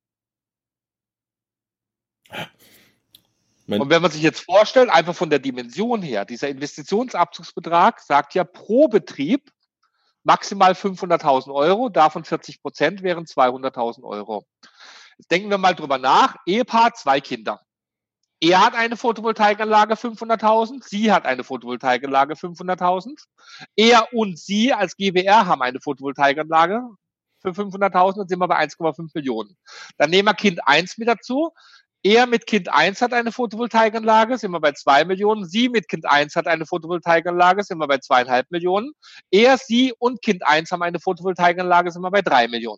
Und wenn man sich jetzt vorstellt, einfach von der Dimension her, dieser Investitionsabzugsbetrag sagt ja pro Betrieb maximal 500.000 Euro, davon 40% wären 200.000 Euro. Jetzt denken wir mal drüber nach. Ehepaar, 2 Kinder. Er hat eine Photovoltaikanlage 500.000, sie hat eine Photovoltaikanlage 500.000. Er und sie als GbR haben eine Photovoltaikanlage für 500.000, dann sind wir bei 1,5 Millionen. Dann nehmen wir Kind 1 mit dazu. Er mit Kind 1 hat eine Photovoltaikanlage, sind wir bei 2 Millionen. Sie mit Kind 1 hat eine Photovoltaikanlage, sind wir bei 2,5 Millionen. Er, sie und Kind 1 haben eine Photovoltaikanlage, sind wir bei 3 Millionen.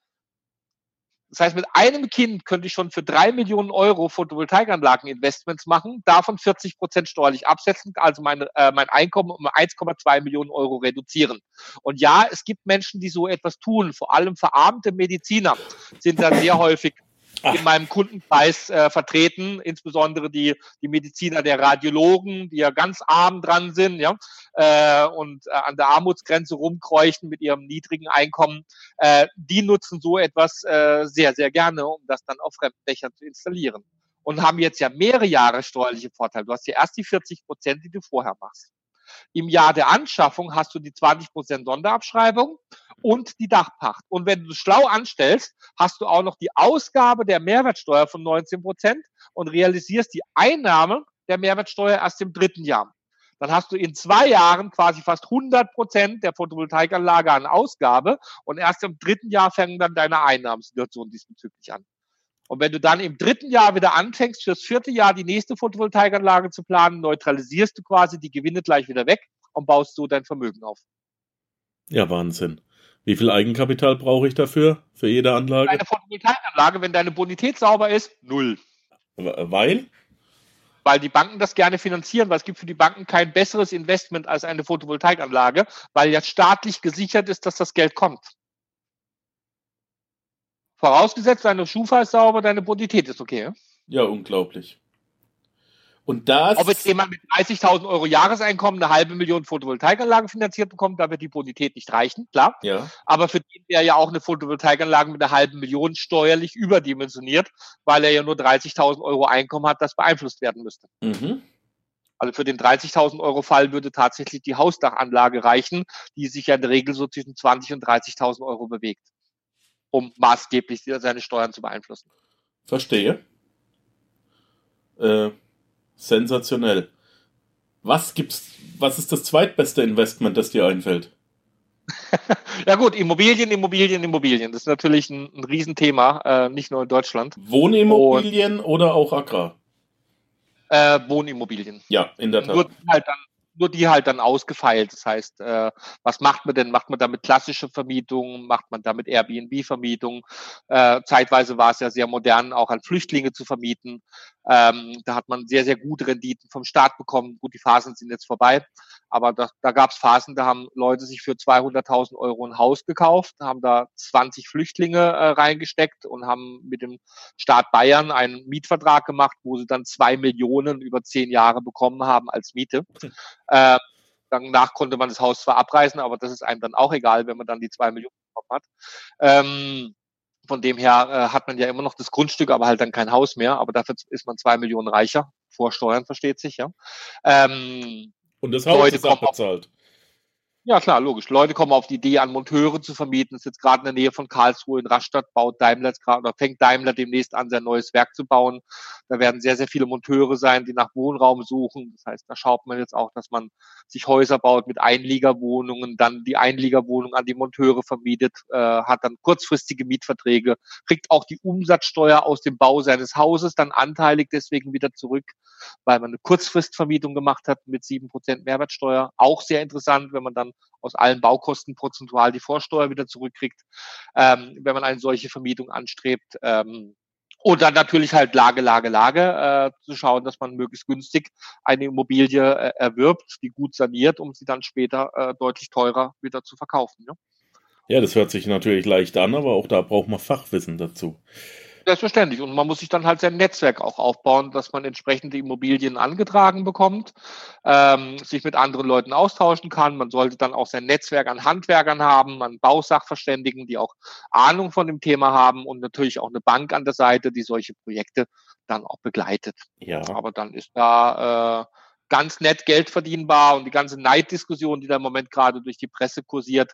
Das heißt, mit einem Kind könnte ich schon für 3 Millionen Euro Photovoltaikanlagen-Investments machen, davon 40% steuerlich absetzen, also mein Einkommen um 1,2 Millionen Euro reduzieren. Und ja, es gibt Menschen, die so etwas tun, vor allem verarmte Mediziner sind da sehr häufig in meinem Kundenkreis vertreten, insbesondere die Mediziner der Radiologen, die ja ganz arm dran sind, ja, und an der Armutsgrenze rumkreuchen mit ihrem niedrigen Einkommen. Die nutzen so etwas sehr, sehr gerne, um das dann auf Fremddächern zu installieren. Und haben jetzt ja mehrere Jahre steuerliche Vorteile. Du hast ja erst die 40%, die du vorher machst. Im Jahr der Anschaffung hast du die 20% Sonderabschreibung und die Dachpacht. Und wenn du es schlau anstellst, hast du auch noch die Ausgabe der Mehrwertsteuer von 19% und realisierst die Einnahme der Mehrwertsteuer erst im 3. Jahr. Dann hast du in 2 Jahren quasi fast 100% der Photovoltaikanlage an Ausgabe, und erst im 3. Jahr fängt dann deine Einnahmensituation diesbezüglich an. Und wenn du dann im 3. Jahr wieder anfängst, fürs 4. Jahr die nächste Photovoltaikanlage zu planen, neutralisierst du quasi die Gewinne gleich wieder weg und baust so dein Vermögen auf. Ja, Wahnsinn. Wie viel Eigenkapital brauche ich dafür, für jede Anlage? Eine Photovoltaikanlage, wenn deine Bonität sauber ist, 0. Weil? Weil die Banken das gerne finanzieren, weil es gibt für die Banken kein besseres Investment als eine Photovoltaikanlage, weil ja staatlich gesichert ist, dass das Geld kommt. Vorausgesetzt, deine Schufa ist sauber, deine Bonität ist okay. Ja, unglaublich. Und das... Ob jetzt jemand mit 30.000 Euro Jahreseinkommen eine 500.000 Photovoltaikanlage finanziert bekommt, da wird die Bonität nicht reichen, klar. Ja. Aber für den wäre ja auch eine Photovoltaikanlage mit einer 500.000 steuerlich überdimensioniert, weil er ja nur 30.000 Euro Einkommen hat, das beeinflusst werden müsste. Mhm. Also für den 30.000 Euro Fall würde tatsächlich die Hausdachanlage reichen, die sich ja in der Regel so zwischen 20.000 und 30.000 Euro bewegt, um maßgeblich seine Steuern zu beeinflussen. Verstehe. Sensationell. Was ist das zweitbeste Investment, das dir einfällt? Ja gut, Immobilien. Das ist natürlich ein Riesenthema, nicht nur in Deutschland. Wohnimmobilien oder auch Agrar? Wohnimmobilien. Ja, in der Tat. Nur die halt dann ausgefeilt. Das heißt, was macht man denn? Macht man damit klassische Vermietung? Macht man damit Airbnb-Vermietung? Zeitweise war es ja sehr modern, auch an Flüchtlinge zu vermieten. Da hat man sehr, sehr gute Renditen vom Staat bekommen. Gut, die Phasen sind jetzt vorbei. Aber da gab es Phasen, da haben Leute sich für 200.000 Euro ein Haus gekauft, haben da 20 Flüchtlinge reingesteckt und haben mit dem Staat Bayern einen Mietvertrag gemacht, wo sie dann 2 Millionen über 10 Jahre bekommen haben als Miete. Danach konnte man das Haus zwar abreißen, aber das ist einem dann auch egal, wenn man dann die 2 Millionen bekommen hat. Von dem her hat man ja immer noch das Grundstück, aber halt dann kein Haus mehr. Aber dafür ist man 2 Millionen reicher. Vor Steuern, versteht sich, ja. Und das Haus Leute ist kommen abbezahlt. Ja, klar, logisch. Leute kommen auf die Idee, an Monteure zu vermieten. Das ist jetzt gerade in der Nähe von Karlsruhe in Rastatt, baut Daimler jetzt gerade oder fängt Daimler demnächst an, sein neues Werk zu bauen. Da werden sehr, sehr viele Monteure sein, die nach Wohnraum suchen. Das heißt, da schaut man jetzt auch, dass man sich Häuser baut mit Einliegerwohnungen, dann die Einliegerwohnung an die Monteure vermietet, hat dann kurzfristige Mietverträge, kriegt auch die Umsatzsteuer aus dem Bau seines Hauses dann anteilig deswegen wieder zurück, weil man eine Kurzfristvermietung gemacht hat mit 7% Mehrwertsteuer. Auch sehr interessant, wenn man dann aus allen Baukosten prozentual die Vorsteuer wieder zurückkriegt, wenn man eine solche Vermietung anstrebt. Und dann natürlich halt Lage, zu schauen, dass man möglichst günstig eine Immobilie erwirbt, die gut saniert, um sie dann später deutlich teurer wieder zu verkaufen. Ne? Ja, das hört sich natürlich leicht an, aber auch da braucht man Fachwissen dazu. Selbstverständlich. Und man muss sich dann halt sein Netzwerk auch aufbauen, dass man entsprechende Immobilien angetragen bekommt, sich mit anderen Leuten austauschen kann. Man sollte dann auch sein Netzwerk an Handwerkern haben, an Bausachverständigen, die auch Ahnung von dem Thema haben und natürlich auch eine Bank an der Seite, die solche Projekte dann auch begleitet. Ja. Aber dann ist da ganz nett Geld verdienbar und die ganze Neiddiskussion, die da im Moment gerade durch die Presse kursiert,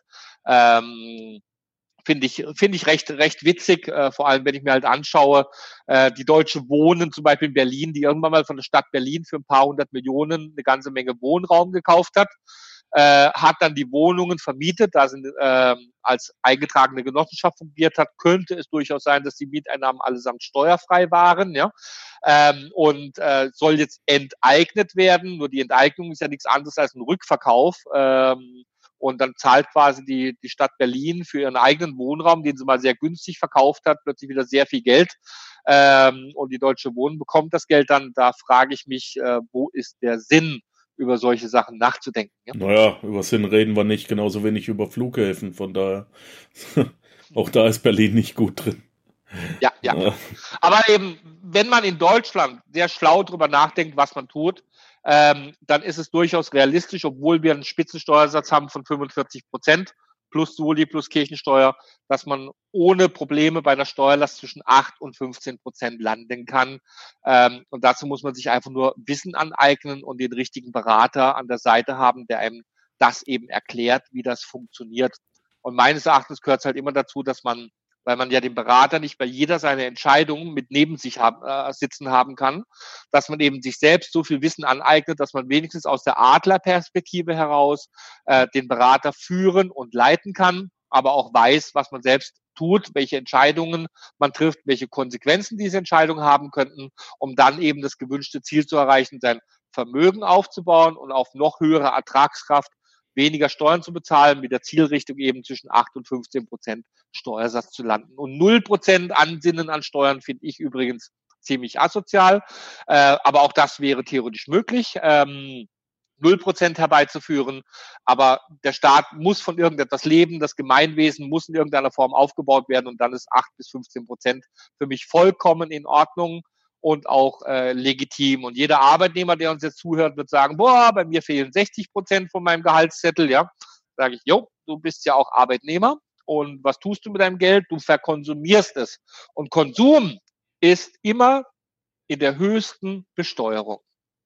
finde ich recht witzig, vor allem wenn ich mir halt anschaue, die Deutsche Wohnen zum Beispiel in Berlin, die irgendwann mal von der Stadt Berlin für ein paar hundert Millionen eine ganze Menge Wohnraum gekauft hat dann die Wohnungen vermietet, da sind als eingetragene Genossenschaft fungiert hat, könnte es durchaus sein, dass die Mieteinnahmen allesamt steuerfrei waren, ja, und soll jetzt enteignet werden. Nur die Enteignung ist ja nichts anderes als ein Rückverkauf. Und dann zahlt quasi die Stadt Berlin für ihren eigenen Wohnraum, den sie mal sehr günstig verkauft hat, plötzlich wieder sehr viel Geld. Und die Deutsche Wohnen bekommt das Geld dann. Da frage ich mich, wo ist der Sinn, über solche Sachen nachzudenken? Ja? Naja, über Sinn reden wir nicht, genauso wenig über Flughäfen, von daher, auch da ist Berlin nicht gut drin. Ja. Aber eben, wenn man in Deutschland sehr schlau drüber nachdenkt, was man tut, dann ist es durchaus realistisch, obwohl wir einen Spitzensteuersatz haben von 45% plus Soli plus Kirchensteuer, dass man ohne Probleme bei einer Steuerlast zwischen 8 und 15% landen kann. Und dazu muss man sich einfach nur Wissen aneignen und den richtigen Berater an der Seite haben, der einem das eben erklärt, wie das funktioniert. Und meines Erachtens gehört es halt immer dazu, dass man, weil man ja den Berater nicht bei jeder seiner Entscheidungen mit neben sich sitzen haben kann, dass man eben sich selbst so viel Wissen aneignet, dass man wenigstens aus der Adlerperspektive heraus den Berater führen und leiten kann, aber auch weiß, was man selbst tut, welche Entscheidungen man trifft, welche Konsequenzen diese Entscheidungen haben könnten, um dann eben das gewünschte Ziel zu erreichen, sein Vermögen aufzubauen und auf noch höhere Ertragskraft weniger Steuern zu bezahlen, mit der Zielrichtung eben zwischen 8 und 15% Steuersatz zu landen. Und 0% Ansinnen an Steuern finde ich übrigens ziemlich asozial, aber auch das wäre theoretisch möglich. 0% herbeizuführen, aber der Staat muss von irgendetwas leben, das Gemeinwesen muss in irgendeiner Form aufgebaut werden und dann ist 8 bis 15% für mich vollkommen in Ordnung und auch legitim. Und jeder Arbeitnehmer, der uns jetzt zuhört, wird sagen, boah, bei mir fehlen 60% von meinem Gehaltszettel, ja. Sage ich, jo, du bist ja auch Arbeitnehmer und was tust du mit deinem Geld? Du verkonsumierst es. Und Konsum ist immer in der höchsten Besteuerung.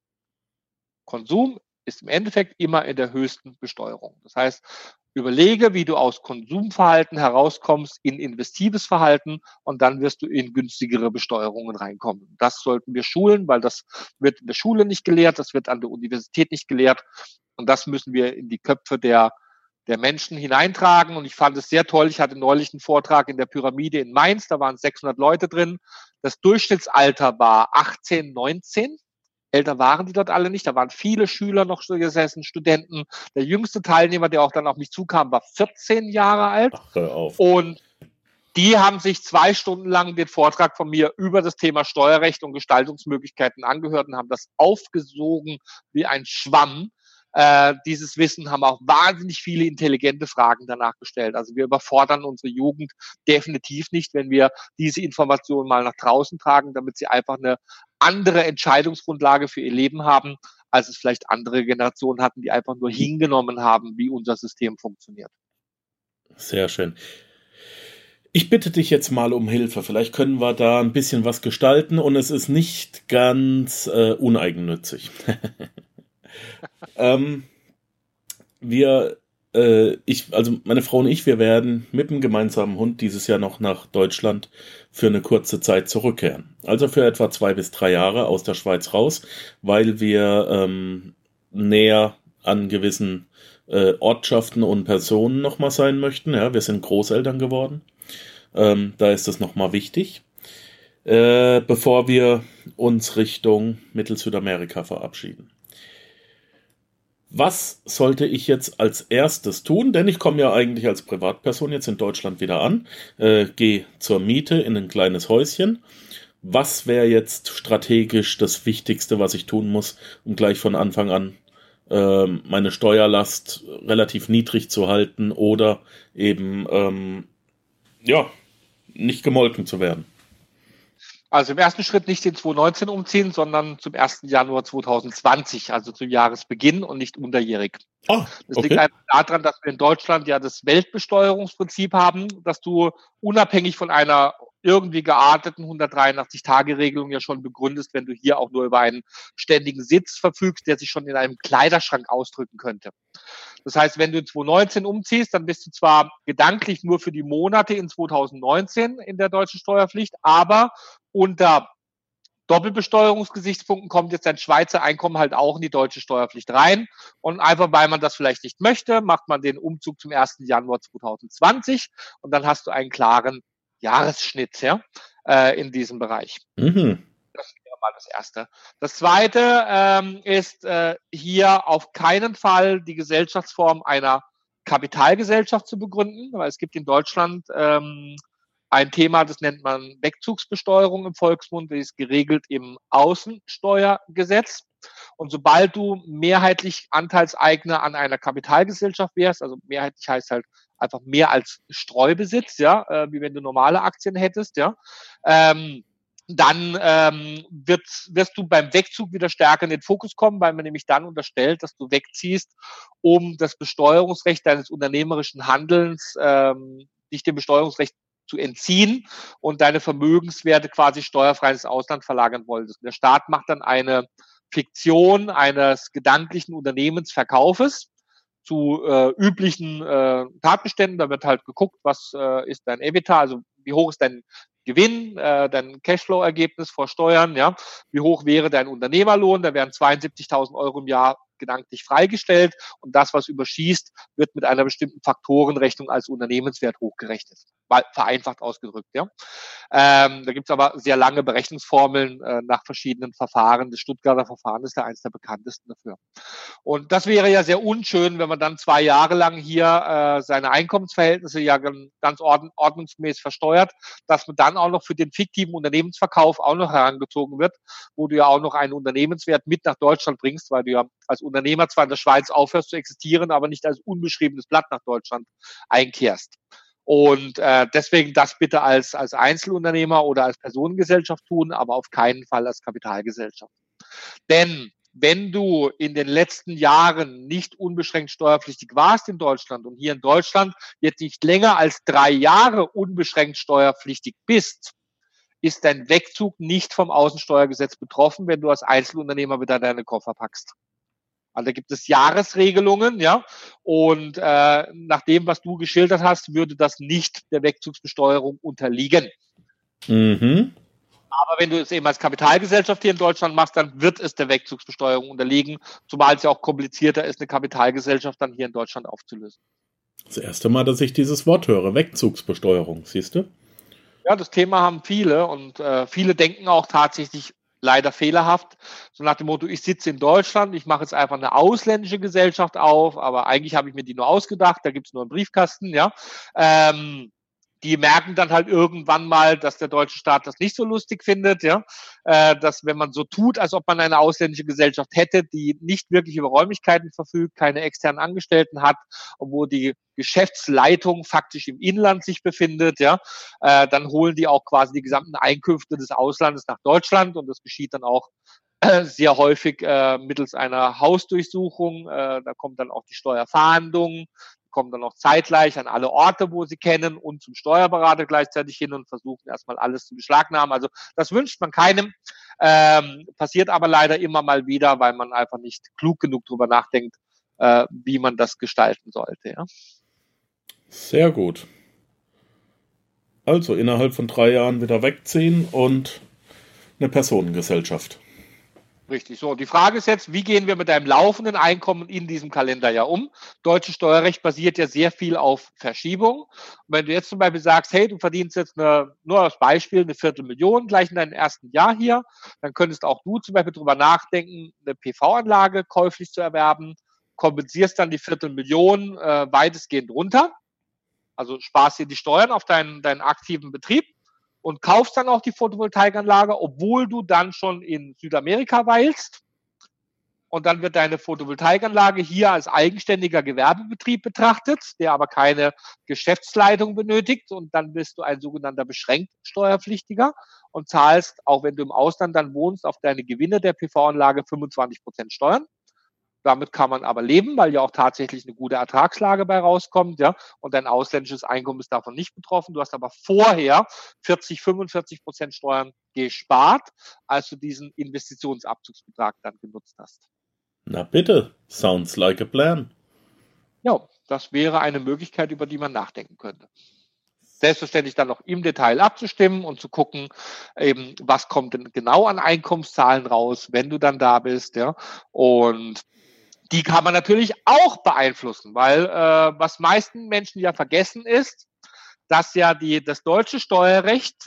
Konsum ist im Endeffekt immer in der höchsten Besteuerung. Das heißt, überlege, wie du aus Konsumverhalten herauskommst in investives Verhalten und dann wirst du in günstigere Besteuerungen reinkommen. Das sollten wir schulen, weil das wird in der Schule nicht gelehrt, das wird an der Universität nicht gelehrt und das müssen wir in die Köpfe der Menschen hineintragen. Und ich fand es sehr toll. Ich hatte neulich einen Vortrag in der Pyramide in Mainz, da waren 600 Leute drin. Das Durchschnittsalter war 18, 19. Älter waren die dort alle nicht. Da waren viele Schüler noch gesessen, Studenten. Der jüngste Teilnehmer, der auch dann auf mich zukam, war 14 Jahre alt. Ach, hör auf. Und die haben sich 2 Stunden lang den Vortrag von mir über das Thema Steuerrecht und Gestaltungsmöglichkeiten angehört und haben das aufgesogen wie ein Schwamm. Dieses Wissen haben auch wahnsinnig viele intelligente Fragen danach gestellt. Also wir überfordern unsere Jugend definitiv nicht, wenn wir diese Informationen mal nach draußen tragen, damit sie einfach eine andere Entscheidungsgrundlage für ihr Leben haben, als es vielleicht andere Generationen hatten, die einfach nur hingenommen haben, wie unser System funktioniert. Sehr schön. Ich bitte dich jetzt mal um Hilfe. Vielleicht können wir da ein bisschen was gestalten und es ist nicht ganz uneigennützig. ähm, wir, also meine Frau und ich, wir werden mit dem gemeinsamen Hund dieses Jahr noch nach Deutschland für eine kurze Zeit zurückkehren. Also für etwa 2 bis 3 Jahre aus der Schweiz raus, weil wir näher an gewissen Ortschaften und Personen nochmal sein möchten. Ja, wir sind Großeltern geworden. Da ist das nochmal wichtig, bevor wir uns Richtung Mittel-Südamerika verabschieden. Was sollte ich jetzt als erstes tun? Denn ich komme ja eigentlich als Privatperson jetzt in Deutschland wieder an, gehe zur Miete in ein kleines Häuschen. Was wäre jetzt strategisch das Wichtigste, was ich tun muss, um gleich von Anfang an meine Steuerlast relativ niedrig zu halten oder eben nicht gemolken zu werden? Also im ersten Schritt nicht in 2019 umziehen, sondern zum 1. Januar 2020, also zum Jahresbeginn und nicht unterjährig. Ah, Das liegt okay. einfach daran, dass wir in Deutschland ja das Weltbesteuerungsprinzip haben, dass du unabhängig von einer irgendwie gearteten 183-Tage-Regelung ja schon begründest, wenn du hier auch nur über einen ständigen Sitz verfügst, der sich schon in einem Kleiderschrank ausdrücken könnte. Das heißt, wenn du in 2019 umziehst, dann bist du zwar gedanklich nur für die Monate in 2019 in der deutschen Steuerpflicht, aber unter Doppelbesteuerungsgesichtspunkten kommt jetzt dein Schweizer Einkommen halt auch in die deutsche Steuerpflicht rein. Und einfach weil man das vielleicht nicht möchte, macht man den Umzug zum 1. Januar 2020 und dann hast du einen klaren Jahresschnitt, ja, in diesem Bereich. Mhm. Das wäre mal das Erste. Das Zweite ist hier auf keinen Fall die Gesellschaftsform einer Kapitalgesellschaft zu begründen, weil es gibt in Deutschland ein Thema, das nennt man Wegzugsbesteuerung im Volksmund, die ist geregelt im Außensteuergesetz. Und sobald du mehrheitlich Anteilseigner an einer Kapitalgesellschaft wärst, also mehrheitlich heißt halt einfach mehr als Streubesitz, ja, wie wenn du normale Aktien hättest, ja, dann wirst du beim Wegzug wieder stärker in den Fokus kommen, weil man nämlich dann unterstellt, dass du wegziehst, um das Besteuerungsrecht deines unternehmerischen Handelns, dich dem Besteuerungsrecht zu entziehen und deine Vermögenswerte quasi steuerfrei ins Ausland verlagern wolltest. Und der Staat macht dann eine Fiktion eines gedanklichen Unternehmensverkaufes zu üblichen Tatbeständen. Da wird halt geguckt, was ist dein EBITDA, also wie hoch ist dein Gewinn, dein Cashflow-Ergebnis vor Steuern, ja, wie hoch wäre dein Unternehmerlohn, da wären 72.000 Euro im Jahr gedanklich freigestellt und das, was überschießt, wird mit einer bestimmten Faktorenrechnung als Unternehmenswert hochgerechnet, vereinfacht ausgedrückt, ja. Da gibt es aber sehr lange Berechnungsformeln nach verschiedenen Verfahren. Das Stuttgarter Verfahren ist da eines der bekanntesten dafür. Und das wäre ja sehr unschön, wenn man dann 2 Jahre lang hier seine Einkommensverhältnisse ja ganz ordnungsgemäß versteuert, dass man dann auch noch für den fiktiven Unternehmensverkauf auch noch herangezogen wird, wo du ja auch noch einen Unternehmenswert mit nach Deutschland bringst, weil du ja als Unternehmer zwar in der Schweiz aufhörst zu existieren, aber nicht als unbeschriebenes Blatt nach Deutschland einkehrst. Und deswegen das bitte als Einzelunternehmer oder als Personengesellschaft tun, aber auf keinen Fall als Kapitalgesellschaft. Denn wenn du in den letzten Jahren nicht unbeschränkt steuerpflichtig warst in Deutschland und hier in Deutschland jetzt nicht länger als 3 Jahre unbeschränkt steuerpflichtig bist, ist dein Wegzug nicht vom Außensteuergesetz betroffen, wenn du als Einzelunternehmer wieder deine Koffer packst. Also da gibt es Jahresregelungen, ja, und nach dem, was du geschildert hast, würde das nicht der Wegzugsbesteuerung unterliegen. Mhm. Aber wenn du es eben als Kapitalgesellschaft hier in Deutschland machst, dann wird es der Wegzugsbesteuerung unterliegen, zumal es ja auch komplizierter ist, eine Kapitalgesellschaft dann hier in Deutschland aufzulösen. Das erste Mal, dass ich dieses Wort höre, Wegzugsbesteuerung, siehst du? Ja, das Thema haben viele und viele denken auch tatsächlich leider fehlerhaft, so nach dem Motto, ich sitze in Deutschland, ich mache jetzt einfach eine ausländische Gesellschaft auf, aber eigentlich habe ich mir die nur ausgedacht, da gibt es nur einen Briefkasten, ja. Die merken dann halt irgendwann mal, dass der deutsche Staat das nicht so lustig findet, ja, dass wenn man so tut, als ob man eine ausländische Gesellschaft hätte, die nicht wirklich über Räumlichkeiten verfügt, keine externen Angestellten hat, obwohl die Geschäftsleitung faktisch im Inland sich befindet, ja, dann holen die auch quasi die gesamten Einkünfte des Auslandes nach Deutschland und das geschieht dann auch sehr häufig mittels einer Hausdurchsuchung. Da kommt dann auch die Steuerfahndung, kommen dann noch zeitgleich an alle Orte, wo sie kennen und zum Steuerberater gleichzeitig hin und versuchen erstmal alles zu beschlagnahmen. Also das wünscht man keinem, passiert aber leider immer mal wieder, weil man einfach nicht klug genug drüber nachdenkt, wie man das gestalten sollte. Ja. Sehr gut. Also innerhalb von 3 Jahren wieder wegziehen und eine Personengesellschaft. Richtig. So, die Frage ist jetzt, wie gehen wir mit deinem laufenden Einkommen in diesem Kalenderjahr um? Deutsches Steuerrecht basiert ja sehr viel auf Verschiebung. Und wenn du jetzt zum Beispiel sagst, hey, du verdienst jetzt nur als Beispiel 250.000 gleich in deinem ersten Jahr hier, dann könntest auch du zum Beispiel drüber nachdenken, eine PV-Anlage käuflich zu erwerben, kompensierst dann die 250.000 weitestgehend runter, also sparst dir die Steuern auf deinen aktiven Betrieb und kaufst dann auch die Photovoltaikanlage, obwohl du dann schon in Südamerika weilst. Und dann wird deine Photovoltaikanlage hier als eigenständiger Gewerbebetrieb betrachtet, der aber keine Geschäftsleitung benötigt. Und dann bist du ein sogenannter beschränkt Steuerpflichtiger und zahlst, auch wenn du im Ausland dann wohnst, auf deine Gewinne der PV-Anlage 25% Steuern. Damit kann man aber leben, weil ja auch tatsächlich eine gute Ertragslage bei rauskommt, ja. Und dein ausländisches Einkommen ist davon nicht betroffen. Du hast aber vorher 45% Steuern gespart, als du diesen Investitionsabzugsbetrag dann genutzt hast. Na bitte, sounds like a plan. Ja, das wäre eine Möglichkeit, über die man nachdenken könnte. Selbstverständlich dann noch im Detail abzustimmen und zu gucken, eben, was kommt denn genau an Einkommenszahlen raus, wenn du dann da bist, ja. Und die kann man natürlich auch beeinflussen, weil was meisten Menschen ja vergessen ist, dass ja das deutsche Steuerrecht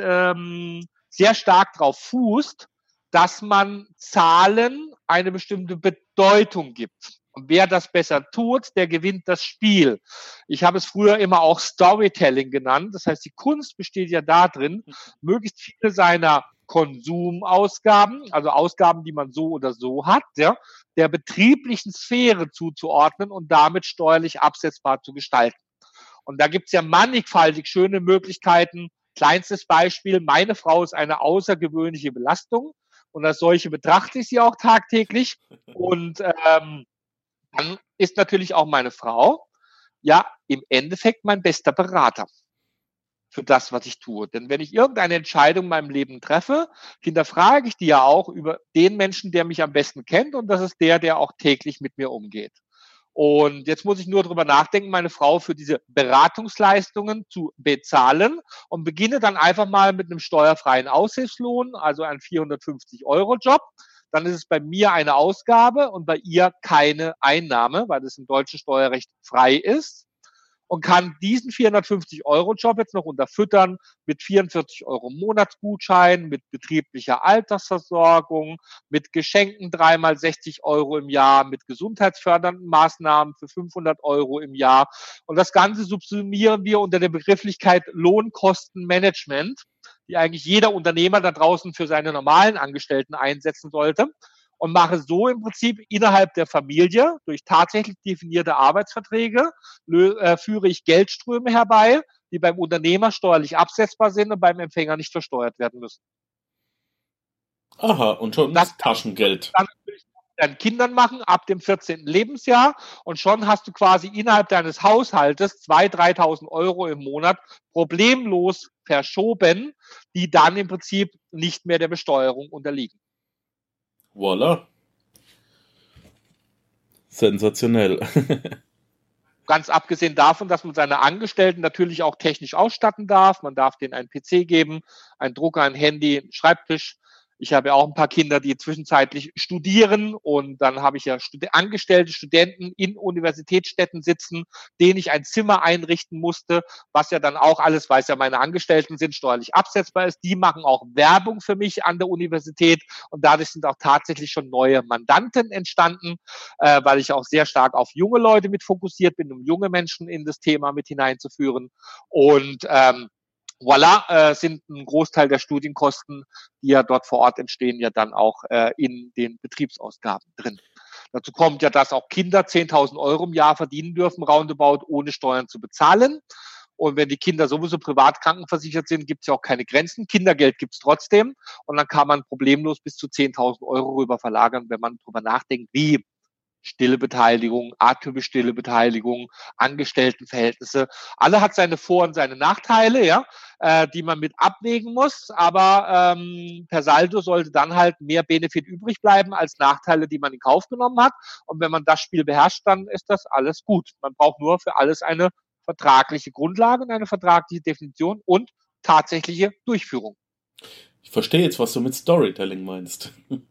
sehr stark darauf fußt, dass man Zahlen eine bestimmte Bedeutung gibt. Und wer das besser tut, der gewinnt das Spiel. Ich habe es früher immer auch Storytelling genannt. Das heißt, die Kunst besteht ja darin, möglichst viele seiner Konsumausgaben, also Ausgaben, die man so oder so hat, ja, der betrieblichen Sphäre zuzuordnen und damit steuerlich absetzbar zu gestalten. Und da gibt's ja mannigfaltig schöne Möglichkeiten. Kleinstes Beispiel, meine Frau ist eine außergewöhnliche Belastung und als solche betrachte ich sie auch tagtäglich. Und dann ist natürlich auch meine Frau ja im Endeffekt mein bester Berater für das, was ich tue. Denn wenn ich irgendeine Entscheidung in meinem Leben treffe, hinterfrage ich die ja auch über den Menschen, der mich am besten kennt und das ist der auch täglich mit mir umgeht. Und jetzt muss ich nur drüber nachdenken, meine Frau für diese Beratungsleistungen zu bezahlen und beginne dann einfach mal mit einem steuerfreien Aushilfslohn, also einen 450-Euro-Job. Dann ist es bei mir eine Ausgabe und bei ihr keine Einnahme, weil es im deutschen Steuerrecht frei ist. Und kann diesen 450-Euro-Job jetzt noch unterfüttern mit 44 Euro Monatsgutschein, mit betrieblicher Altersversorgung, mit Geschenken 3x 60 Euro im Jahr, mit gesundheitsfördernden Maßnahmen für 500 Euro im Jahr. Und das Ganze subsumieren wir unter der Begrifflichkeit Lohnkostenmanagement, die eigentlich jeder Unternehmer da draußen für seine normalen Angestellten einsetzen sollte. Und mache so im Prinzip innerhalb der Familie durch tatsächlich definierte Arbeitsverträge, führe ich Geldströme herbei, die beim Unternehmer steuerlich absetzbar sind und beim Empfänger nicht versteuert werden müssen. Aha, und schon das Taschengeld. Dann natürlich mit deinen Kindern machen ab dem 14. Lebensjahr und schon hast du quasi innerhalb deines Haushaltes 2.000, 3.000 Euro im Monat problemlos verschoben, die dann im Prinzip nicht mehr der Besteuerung unterliegen. Voila. Sensationell. Ganz abgesehen davon, dass man seine Angestellten natürlich auch technisch ausstatten darf. Man darf denen einen PC geben, einen Drucker, ein Handy, einen Schreibtisch. Ich habe ja auch ein paar Kinder, die zwischenzeitlich studieren und dann habe ich ja angestellte Studenten in Universitätsstädten sitzen, denen ich ein Zimmer einrichten musste, was ja dann auch alles, weil es ja meine Angestellten sind, steuerlich absetzbar ist. Die machen auch Werbung für mich an der Universität und dadurch sind auch tatsächlich schon neue Mandanten entstanden, weil ich auch sehr stark auf junge Leute mit fokussiert bin, um junge Menschen in das Thema mit hineinzuführen. Und voilà, sind ein Großteil der Studienkosten, die ja dort vor Ort entstehen, ja dann auch in den Betriebsausgaben drin. Dazu kommt ja, dass auch Kinder 10.000 Euro im Jahr verdienen dürfen, roundabout, ohne Steuern zu bezahlen. Und wenn die Kinder sowieso privat krankenversichert sind, gibt es ja auch keine Grenzen. Kindergeld gibt es trotzdem. Und dann kann man problemlos bis zu 10.000 Euro rüber verlagern, wenn man drüber nachdenkt, wie stille Beteiligung, atypisch stille Beteiligung, Angestelltenverhältnisse. Alle hat seine Vor- und seine Nachteile, ja, die man mit abwägen muss. Aber per Saldo sollte dann halt mehr Benefit übrig bleiben als Nachteile, die man in Kauf genommen hat. Und wenn man das Spiel beherrscht, dann ist das alles gut. Man braucht nur für alles eine vertragliche Grundlage und eine vertragliche Definition und tatsächliche Durchführung. Ich verstehe jetzt, was du mit Storytelling meinst.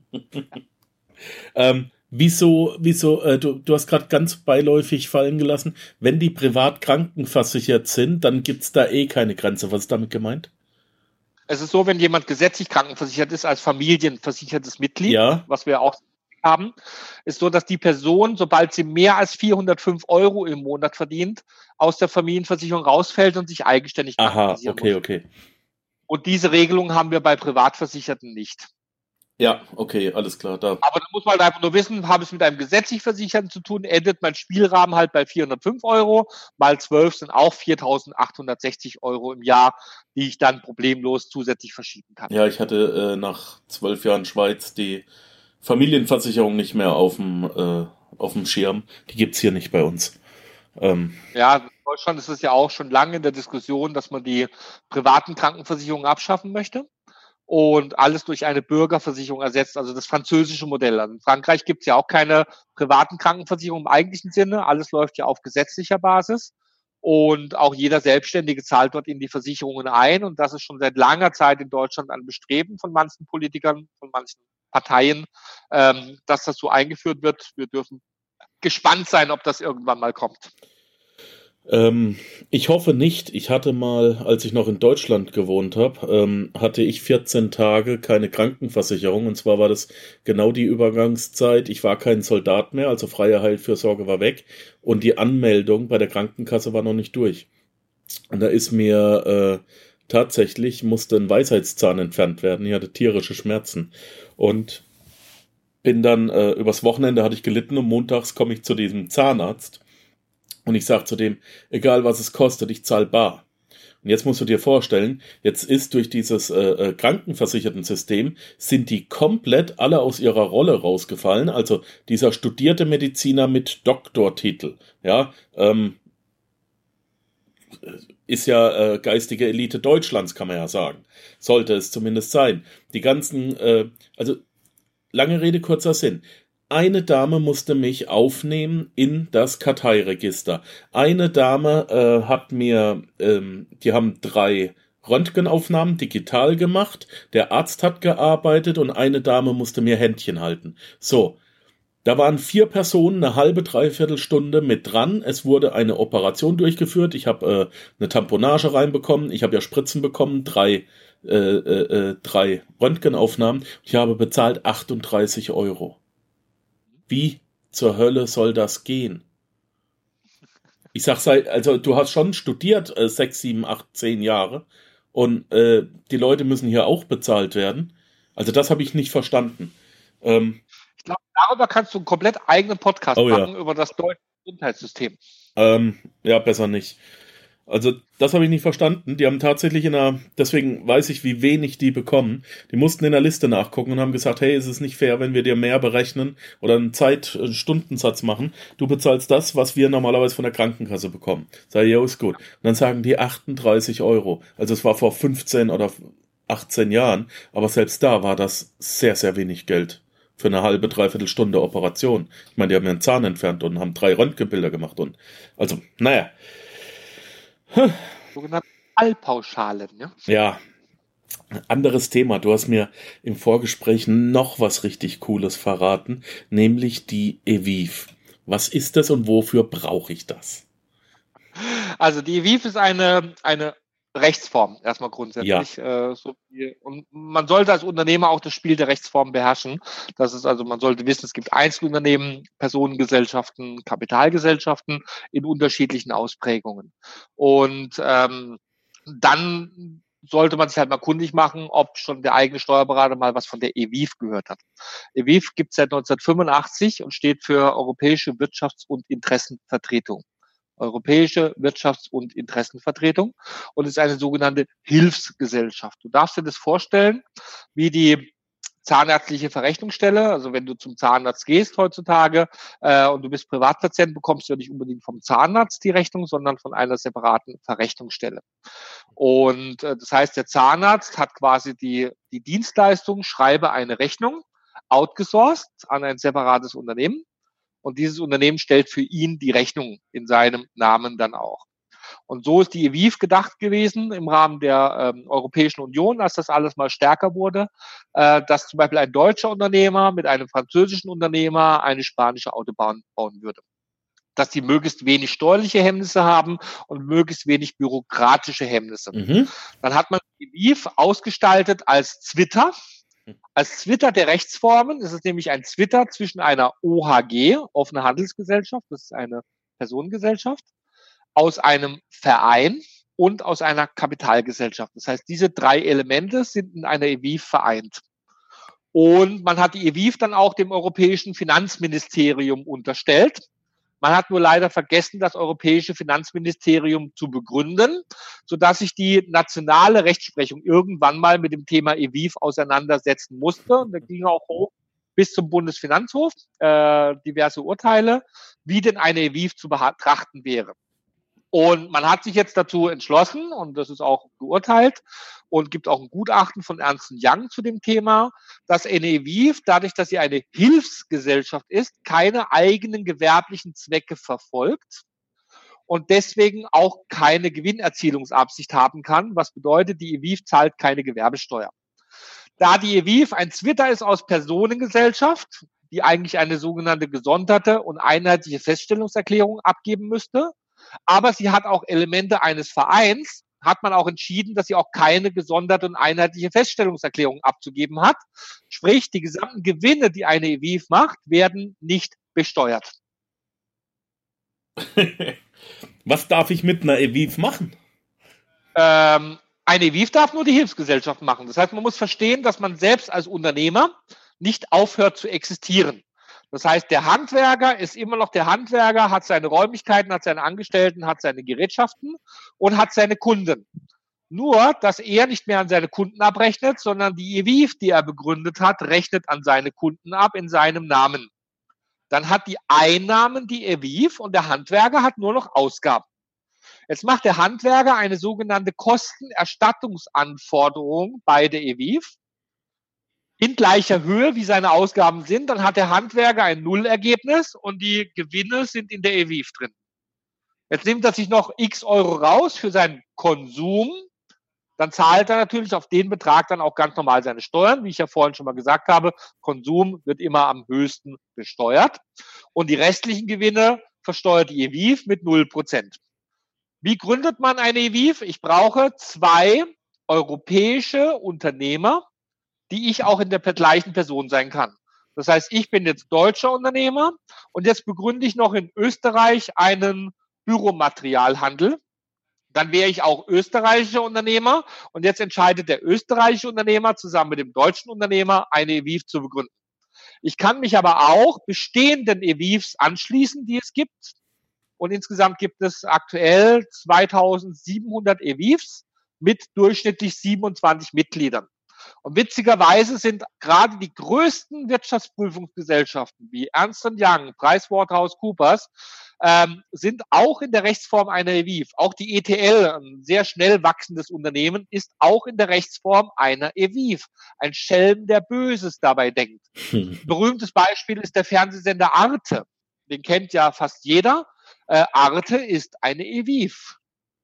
Du hast gerade ganz beiläufig fallen gelassen, wenn die privat krankenversichert sind, dann gibt's da eh keine Grenze. Was ist damit gemeint? Es ist so, wenn jemand gesetzlich krankenversichert ist als familienversichertes Mitglied, Ja. was wir auch haben, ist so, dass die Person, sobald sie mehr als 405 Euro im Monat verdient, aus der Familienversicherung rausfällt und sich eigenständig Aha, krankenversichern muss. okay. Und diese Regelung haben wir bei Privatversicherten nicht. Ja, okay, alles klar. Da. Aber da muss man halt einfach nur wissen, habe es mit einem gesetzlich Versicherten zu tun, endet mein Spielrahmen halt bei 405 Euro, mal 12 sind auch 4.860 Euro im Jahr, die ich dann problemlos zusätzlich verschieben kann. Ja, ich hatte nach 12 Jahren Schweiz die Familienversicherung nicht mehr auf dem Schirm. Die gibt's hier nicht bei uns. Ja, in Deutschland ist es ja auch schon lange in der Diskussion, dass man die privaten Krankenversicherungen abschaffen möchte und alles durch eine Bürgerversicherung ersetzt, also das französische Modell. Also in Frankreich gibt es ja auch keine privaten Krankenversicherungen im eigentlichen Sinne. Alles läuft ja auf gesetzlicher Basis. Und auch jeder Selbstständige zahlt dort in die Versicherungen ein. Und das ist schon seit langer Zeit in Deutschland ein Bestreben von manchen Politikern, von manchen Parteien, dass das so eingeführt wird. Wir dürfen gespannt sein, ob das irgendwann mal kommt. Ich hoffe nicht. Ich hatte mal, als ich noch in Deutschland gewohnt habe, hatte ich 14 Tage keine Krankenversicherung. Und zwar war das genau die Übergangszeit. Ich war kein Soldat mehr, also freie Heilfürsorge war weg. Und die Anmeldung bei der Krankenkasse war noch nicht durch. Und da ist mir tatsächlich, musste ein Weisheitszahn entfernt werden. Ich hatte tierische Schmerzen. Und bin dann übers Wochenende hatte ich gelitten und montags komme ich zu diesem Zahnarzt. Und ich sage zu dem, egal was es kostet, ich zahle bar. Und jetzt musst du dir vorstellen, jetzt ist durch dieses Krankenversicherten-System, sind die komplett alle aus ihrer Rolle rausgefallen. Also dieser studierte Mediziner mit Doktortitel, ja, ist ja geistige Elite Deutschlands, kann man ja sagen. Sollte es zumindest sein. Die ganzen, also lange Rede, kurzer Sinn. Eine Dame musste mich aufnehmen in das Karteiregister. Eine Dame hat mir, die haben 3 Röntgenaufnahmen digital gemacht, der Arzt hat gearbeitet und eine Dame musste mir Händchen halten. So, da waren 4 Personen, eine halbe, dreiviertel Stunde mit dran. Es wurde eine Operation durchgeführt. Ich habe eine Tamponage reinbekommen, ich habe ja Spritzen bekommen, 3 Röntgenaufnahmen. Ich habe bezahlt 38 Euro. Wie zur Hölle soll das gehen? Ich sag, also du hast schon studiert 6, 7, 8, 10 Jahre und die Leute müssen hier auch bezahlt werden. Also das habe ich nicht verstanden. Ich glaube, darüber kannst du einen komplett eigenen Podcast machen, über das deutsche Gesundheitssystem. Ja, besser nicht. Also das habe ich nicht verstanden. Die haben tatsächlich deswegen weiß ich, wie wenig die bekommen. Die mussten in der Liste nachgucken und haben gesagt, hey, es ist nicht fair, wenn wir dir mehr berechnen oder einen Stundensatz machen. Du bezahlst das, was wir normalerweise von der Krankenkasse bekommen. Sag ich, ja, ist gut. Und dann sagen die 38 Euro. Also es war vor 15 oder 18 Jahren, aber selbst da war das sehr, sehr wenig Geld für eine halbe, dreiviertel Stunde Operation. Ich meine, die haben mir einen Zahn entfernt und haben 3 Röntgenbilder gemacht und also, naja. Sogenannte Fallpauschalen, ja? Ja, anderes Thema. Du hast mir im Vorgespräch noch was richtig Cooles verraten, nämlich die EVIV. Was ist das und wofür brauche ich das? Also die EVIV ist eine Rechtsform, erstmal grundsätzlich. Ja. Und man sollte als Unternehmer auch das Spiel der Rechtsform beherrschen. Das ist also, man sollte wissen, es gibt Einzelunternehmen, Personengesellschaften, Kapitalgesellschaften in unterschiedlichen Ausprägungen. Und dann sollte man sich halt mal kundig machen, ob schon der eigene Steuerberater mal was von der EVIV gehört hat. EVIV gibt es seit 1985 und steht für Europäische Wirtschafts- und Interessenvertretung. Europäische Wirtschafts- und Interessenvertretung und ist eine sogenannte Hilfsgesellschaft. Du darfst dir das vorstellen, wie die zahnärztliche Verrechnungsstelle. Also wenn du zum Zahnarzt gehst heutzutage und du bist Privatpatient, bekommst du ja nicht unbedingt vom Zahnarzt die Rechnung, sondern von einer separaten Verrechnungsstelle. Und das heißt, der Zahnarzt hat quasi die Dienstleistung, schreibe eine Rechnung, outgesourced an ein separates Unternehmen. Und dieses Unternehmen stellt für ihn die Rechnung in seinem Namen dann auch. Und so ist die EVIF gedacht gewesen im Rahmen der Europäischen Union, als das alles mal stärker wurde, dass zum Beispiel ein deutscher Unternehmer mit einem französischen Unternehmer eine spanische Autobahn bauen würde. Dass die möglichst wenig steuerliche Hemmnisse haben und möglichst wenig bürokratische Hemmnisse. Dann hat man die EVIF ausgestaltet als Zwitter. Als Zwitter der Rechtsformen ist es nämlich ein Zwitter zwischen einer OHG, offene Handelsgesellschaft, das ist eine Personengesellschaft, aus einem Verein und aus einer Kapitalgesellschaft. Das heißt, diese 3 Elemente sind in einer EVIF vereint. Und man hat die EVIF dann auch dem Europäischen Finanzministerium unterstellt. Man hat nur leider vergessen, das Europäische Finanzministerium zu begründen, sodass sich die nationale Rechtsprechung irgendwann mal mit dem Thema EVIF auseinandersetzen musste. Und da ging auch hoch bis zum Bundesfinanzhof diverse Urteile, wie denn eine EVIF zu betrachten wäre. Und man hat sich jetzt dazu entschlossen, und das ist auch geurteilt, und gibt auch ein Gutachten von Ernst & Young zu dem Thema, dass eine EVIF, dadurch, dass sie eine Hilfsgesellschaft ist, keine eigenen gewerblichen Zwecke verfolgt und deswegen auch keine Gewinnerzielungsabsicht haben kann, was bedeutet, die EVIF zahlt keine Gewerbesteuer. Da die EVIF ein Zwitter ist aus Personengesellschaft, die eigentlich eine sogenannte gesonderte und einheitliche Feststellungserklärung abgeben müsste, aber sie hat auch Elemente eines Vereins, hat man auch entschieden, dass sie auch keine gesonderte und einheitliche Feststellungserklärung abzugeben hat. Sprich, die gesamten Gewinne, die eine EVIF macht, werden nicht besteuert. Was darf ich mit einer EVIF machen? Eine EVIF darf nur die Hilfsgesellschaft machen. Das heißt, man muss verstehen, dass man selbst als Unternehmer nicht aufhört zu existieren. Das heißt, der Handwerker ist immer noch der Handwerker, hat seine Räumlichkeiten, hat seine Angestellten, hat seine Gerätschaften und hat seine Kunden. Nur, dass er nicht mehr an seine Kunden abrechnet, sondern die EVIF, die er begründet hat, rechnet an seine Kunden ab in seinem Namen. Dann hat die Einnahmen die EVIF und der Handwerker hat nur noch Ausgaben. Jetzt macht der Handwerker eine sogenannte Kostenerstattungsanforderung bei der EVIF in gleicher Höhe, wie seine Ausgaben sind. Dann hat der Handwerker ein Nullergebnis und die Gewinne sind in der EVIF drin. Jetzt nimmt er sich noch x Euro raus für seinen Konsum. Dann zahlt er natürlich auf den Betrag dann auch ganz normal seine Steuern. Wie ich ja vorhin schon mal gesagt habe, Konsum wird immer am höchsten besteuert. Und die restlichen Gewinne versteuert die EVIF mit 0%. Wie gründet man eine EVIF? Ich brauche 2 europäische Unternehmer, die ich auch in der gleichen Person sein kann. Das heißt, ich bin jetzt deutscher Unternehmer und jetzt begründe ich noch in Österreich einen Büromaterialhandel. Dann wäre ich auch österreichischer Unternehmer und jetzt entscheidet der österreichische Unternehmer zusammen mit dem deutschen Unternehmer, eine EVIF zu begründen. Ich kann mich aber auch bestehenden EVIFs anschließen, die es gibt. Und insgesamt gibt es aktuell 2700 EVIFs mit durchschnittlich 27 Mitgliedern. Und witzigerweise sind gerade die größten Wirtschaftsprüfungsgesellschaften wie Ernst & Young, PricewaterhouseCoopers, sind auch in der Rechtsform einer EVIF. Auch die ETL, ein sehr schnell wachsendes Unternehmen, ist auch in der Rechtsform einer EVIF. Ein Schelm, der Böses dabei denkt. Ein berühmtes Beispiel ist der Fernsehsender Arte. Den kennt ja fast jeder. Arte ist eine EVIF.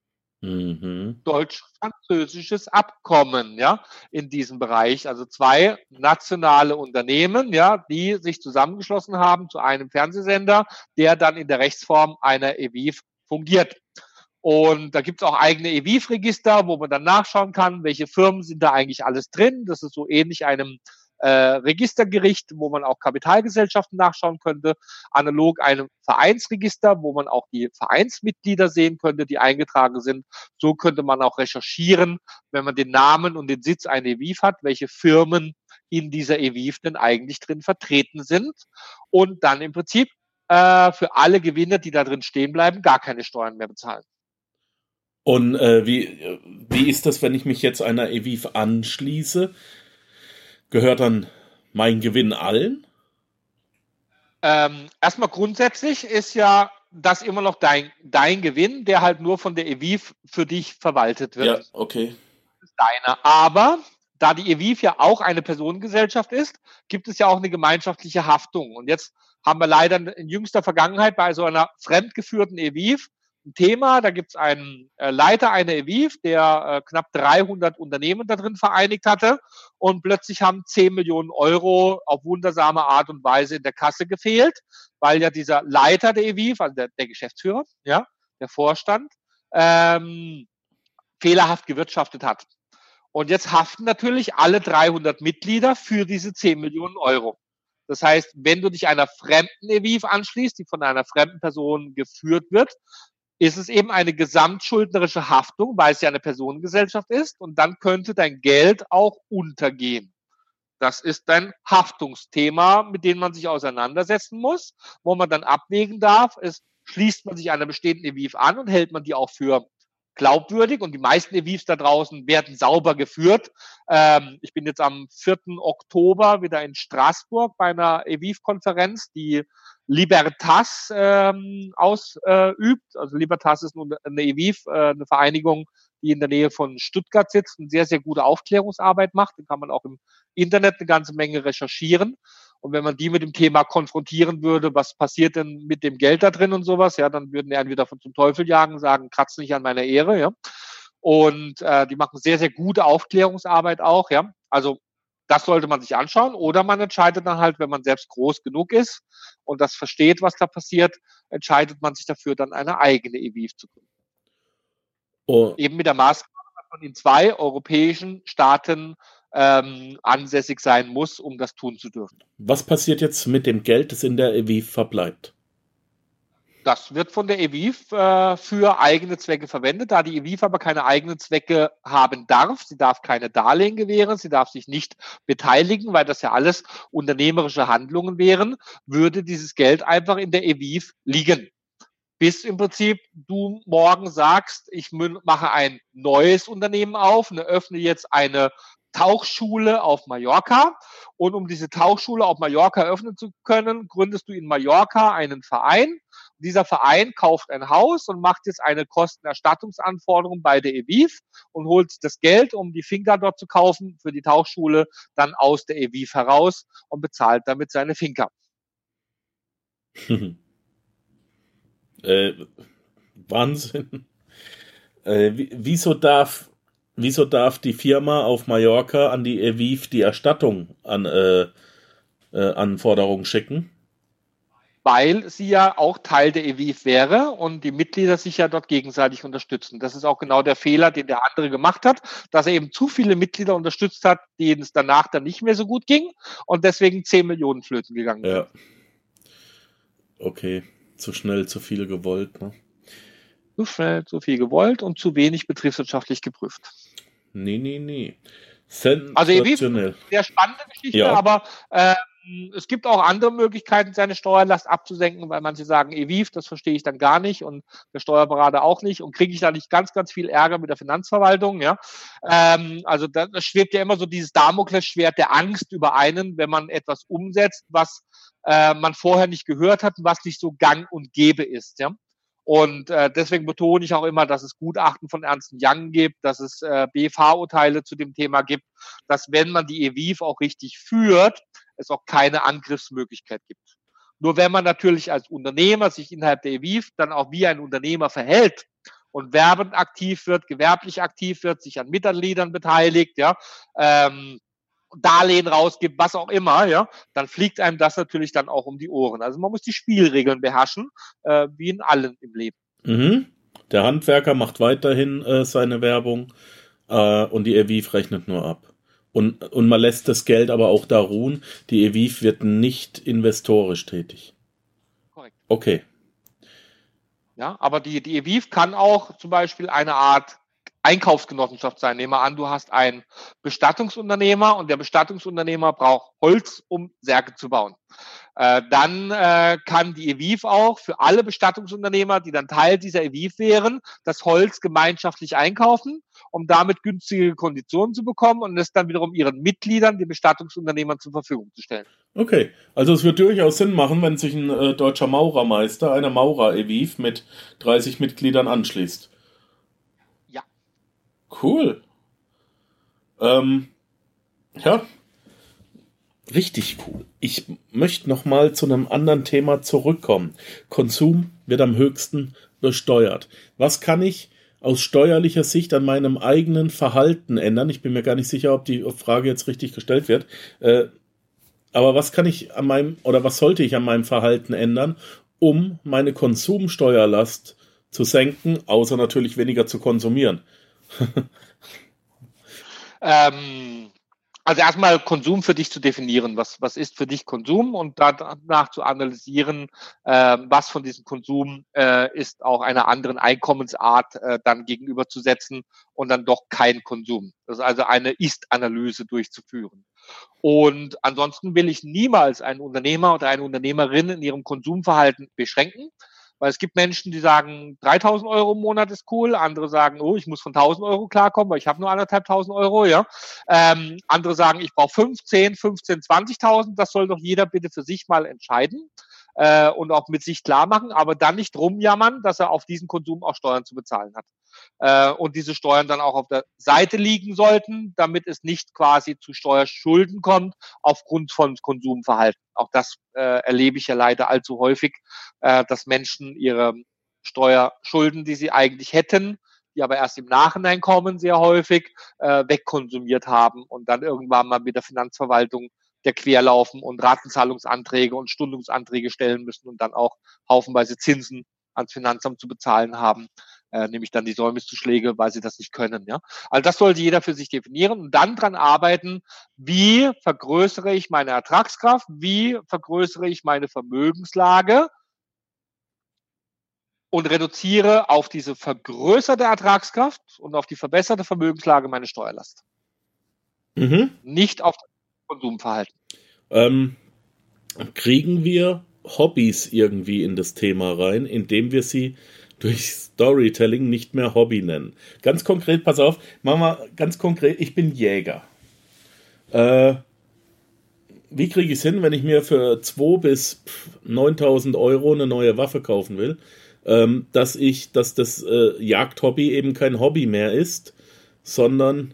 Deutsch-französisches Abkommen, ja, in diesem Bereich. Also 2 nationale Unternehmen, ja, die sich zusammengeschlossen haben zu einem Fernsehsender, der dann in der Rechtsform einer EVIF fungiert. Und da gibt es auch eigene EVIF-Register, wo man dann nachschauen kann, welche Firmen sind da eigentlich alles drin. Das ist so ähnlich einem Registergericht, wo man auch Kapitalgesellschaften nachschauen könnte, analog einem Vereinsregister, wo man auch die Vereinsmitglieder sehen könnte, die eingetragen sind. So könnte man auch recherchieren, wenn man den Namen und den Sitz einer EVIF hat, welche Firmen in dieser EVIF denn eigentlich drin vertreten sind und dann im Prinzip für alle Gewinne, die da drin stehen bleiben, gar keine Steuern mehr bezahlen. Und wie ist das, wenn ich mich jetzt einer EVIF anschließe? Gehört dann Mein Gewinn allen? Erstmal grundsätzlich ist ja das immer noch dein Gewinn, der halt nur von der EVIF für dich verwaltet wird. Ja, okay. Das ist deiner. Aber da die EVIF ja auch eine Personengesellschaft ist, gibt es ja auch eine gemeinschaftliche Haftung. Und jetzt haben wir leider in jüngster Vergangenheit bei so einer fremdgeführten EVIF ein Thema. Da gibt es einen Leiter einer EVIF, der knapp 300 Unternehmen da drin vereinigt hatte. Und plötzlich haben 10 Millionen Euro auf wundersame Art und Weise in der Kasse gefehlt, weil ja dieser Leiter der EVIF, also der Geschäftsführer, ja, der Vorstand, fehlerhaft gewirtschaftet hat. Und jetzt haften natürlich alle 300 Mitglieder für diese 10 Millionen Euro. Das heißt, wenn du dich einer fremden EVIF anschließt, die von einer fremden Person geführt wird, ist es eben eine gesamtschuldnerische Haftung, weil es ja eine Personengesellschaft ist, und dann könnte dein Geld auch untergehen. Das ist ein Haftungsthema, mit dem man sich auseinandersetzen muss, wo man dann abwägen darf, schließt man sich einer bestehenden EVIF an und hält man die auch für glaubwürdig, und die meisten EVIFs da draußen werden sauber geführt. Ich bin jetzt am 4. Oktober wieder in Straßburg bei einer EVIF-Konferenz, die Libertas ausübt. Also Libertas ist eine EVIF, eine Vereinigung, die in der Nähe von Stuttgart sitzt und sehr, sehr gute Aufklärungsarbeit macht. Da kann man auch im Internet eine ganze Menge recherchieren. Und wenn man die mit dem Thema konfrontieren würde, was passiert denn mit dem Geld da drin und sowas, ja, dann würden die entweder von zum Teufel jagen, sagen, kratz nicht an meiner Ehre, ja. Und die machen sehr, sehr gute Aufklärungsarbeit auch, ja. Also das sollte man sich anschauen, oder man entscheidet dann halt, wenn man selbst groß genug ist und das versteht, was da passiert, entscheidet man sich dafür, dann eine eigene EVIF zu gründen. Oh. Eben mit der Maßgabe, dass man in 2 europäischen Staaten ansässig sein muss, um das tun zu dürfen. Was passiert jetzt mit dem Geld, das in der EVIF verbleibt? Das wird von der EVIF für eigene Zwecke verwendet, da die EVIF aber keine eigenen Zwecke haben darf. Sie darf keine Darlehen gewähren, sie darf sich nicht beteiligen, weil das ja alles unternehmerische Handlungen wären, würde dieses Geld einfach in der EVIF liegen. Bis im Prinzip du morgen sagst, ich mache ein neues Unternehmen auf und eröffne jetzt eine Tauchschule auf Mallorca, und um diese Tauchschule auf Mallorca eröffnen zu können, gründest du in Mallorca einen Verein. Dieser Verein kauft ein Haus und macht jetzt eine Kostenerstattungsanforderung bei der EVIF und holt das Geld, um die Finca dort zu kaufen für die Tauchschule, dann aus der EVIF heraus und bezahlt damit seine Finca. Wahnsinn. Wieso darf die Firma auf Mallorca an die EVIF die Erstattung Anforderungen schicken? Weil sie ja auch Teil der EVIF wäre und die Mitglieder sich ja dort gegenseitig unterstützen. Das ist auch genau der Fehler, den der andere gemacht hat, dass er eben zu viele Mitglieder unterstützt hat, denen es danach dann nicht mehr so gut ging und deswegen 10 Millionen flöten gegangen sind. Ja. Okay, zu schnell, zu viel gewollt, ne? Zu schnell, zu viel gewollt und zu wenig betriebswirtschaftlich geprüft. Nee. Also EVIF, sehr spannende Geschichte, ja. Aber es gibt auch andere Möglichkeiten, seine Steuerlast abzusenken, weil manche sagen, EVIF, das verstehe ich dann gar nicht und der Steuerberater auch nicht, und kriege ich da nicht ganz, ganz viel Ärger mit der Finanzverwaltung, ja. Also da schwebt ja immer so dieses Damoklesschwert der Angst über einen, wenn man etwas umsetzt, was man vorher nicht gehört hat und was nicht so gang und gäbe ist, ja. Und deswegen betone ich auch immer, dass es Gutachten von Ernst & Young gibt, dass es BFH-Urteile zu dem Thema gibt, dass, wenn man die EVIF auch richtig führt, es auch keine Angriffsmöglichkeit gibt. Nur wenn man natürlich als Unternehmer sich innerhalb der EVIF dann auch wie ein Unternehmer verhält und werbend aktiv wird, gewerblich aktiv wird, sich an Mitgliedern beteiligt, ja, Darlehen rausgibt, was auch immer, ja, dann fliegt einem das natürlich dann auch um die Ohren. Also man muss die Spielregeln beherrschen, wie in allem im Leben. Mhm. Der Handwerker macht weiterhin seine Werbung und die EVIF rechnet nur ab. Und man lässt das Geld aber auch da ruhen. Die EVIF wird nicht investorisch tätig. Korrekt. Okay. Ja, aber die EVIF kann auch zum Beispiel eine Art Einkaufsgenossenschaft sein. Nehmen wir an, du hast einen Bestattungsunternehmer und der Bestattungsunternehmer braucht Holz, um Särge zu bauen. Dann kann die EWIF auch für alle Bestattungsunternehmer, die dann Teil dieser EWIF wären, das Holz gemeinschaftlich einkaufen, um damit günstige Konditionen zu bekommen und es dann wiederum ihren Mitgliedern, den Bestattungsunternehmern, zur Verfügung zu stellen. Okay, also es wird durchaus Sinn machen, wenn sich ein deutscher Maurermeister einer Maurer-EWIF mit 30 Mitgliedern anschließt. Ja. Cool. Ja, richtig cool. Ich möchte noch mal zu einem anderen Thema zurückkommen. Konsum wird am höchsten besteuert. Was kann ich aus steuerlicher Sicht an meinem eigenen Verhalten ändern? Ich bin mir gar nicht sicher, ob die Frage jetzt richtig gestellt wird. Aber was kann ich an meinem, oder was sollte ich an meinem Verhalten ändern, um meine Konsumsteuerlast zu senken, außer natürlich weniger zu konsumieren? Also erstmal Konsum für dich zu definieren. Was ist für dich Konsum und danach zu analysieren, was von diesem Konsum ist auch einer anderen Einkommensart dann gegenüberzusetzen und dann doch kein Konsum. Das ist also eine Ist-Analyse durchzuführen. Und ansonsten will ich niemals einen Unternehmer oder eine Unternehmerin in ihrem Konsumverhalten beschränken. Weil es gibt Menschen, die sagen, 3.000 Euro im Monat ist cool. Andere sagen, oh, ich muss von 1.000 Euro klarkommen, weil ich habe nur 1.500 Euro. Ja. Andere sagen, ich brauche 15, 20.000. Das soll doch jeder bitte für sich mal entscheiden und auch mit sich klar machen. Aber dann nicht rumjammern, dass er auf diesen Konsum auch Steuern zu bezahlen hat. Und diese Steuern dann auch auf der Seite liegen sollten, damit es nicht quasi zu Steuerschulden kommt aufgrund von Konsumverhalten. Auch das erlebe ich ja leider allzu häufig, dass Menschen ihre Steuerschulden, die sie eigentlich hätten, die aber erst im Nachhinein kommen, sehr häufig wegkonsumiert haben und dann irgendwann mal mit der Finanzverwaltung der querlaufen und Ratenzahlungsanträge und Stundungsanträge stellen müssen und dann auch haufenweise Zinsen ans Finanzamt zu bezahlen haben, nämlich dann die Säumniszuschläge, weil sie das nicht können. Ja? Also das sollte jeder für sich definieren und dann dran arbeiten, wie vergrößere ich meine Ertragskraft, wie vergrößere ich meine Vermögenslage und reduziere auf diese vergrößerte Ertragskraft und auf die verbesserte Vermögenslage meine Steuerlast. Nicht auf das Konsumverhalten. Kriegen wir Hobbys irgendwie in das Thema rein, indem wir sie durch Storytelling nicht mehr Hobby nennen? Ganz konkret, pass auf, machen wir ganz konkret, ich bin Jäger. Wie kriege ich es hin, wenn ich mir für 2.000 bis 9.000 Euro eine neue Waffe kaufen will, dass das Jagdhobby eben kein Hobby mehr ist, sondern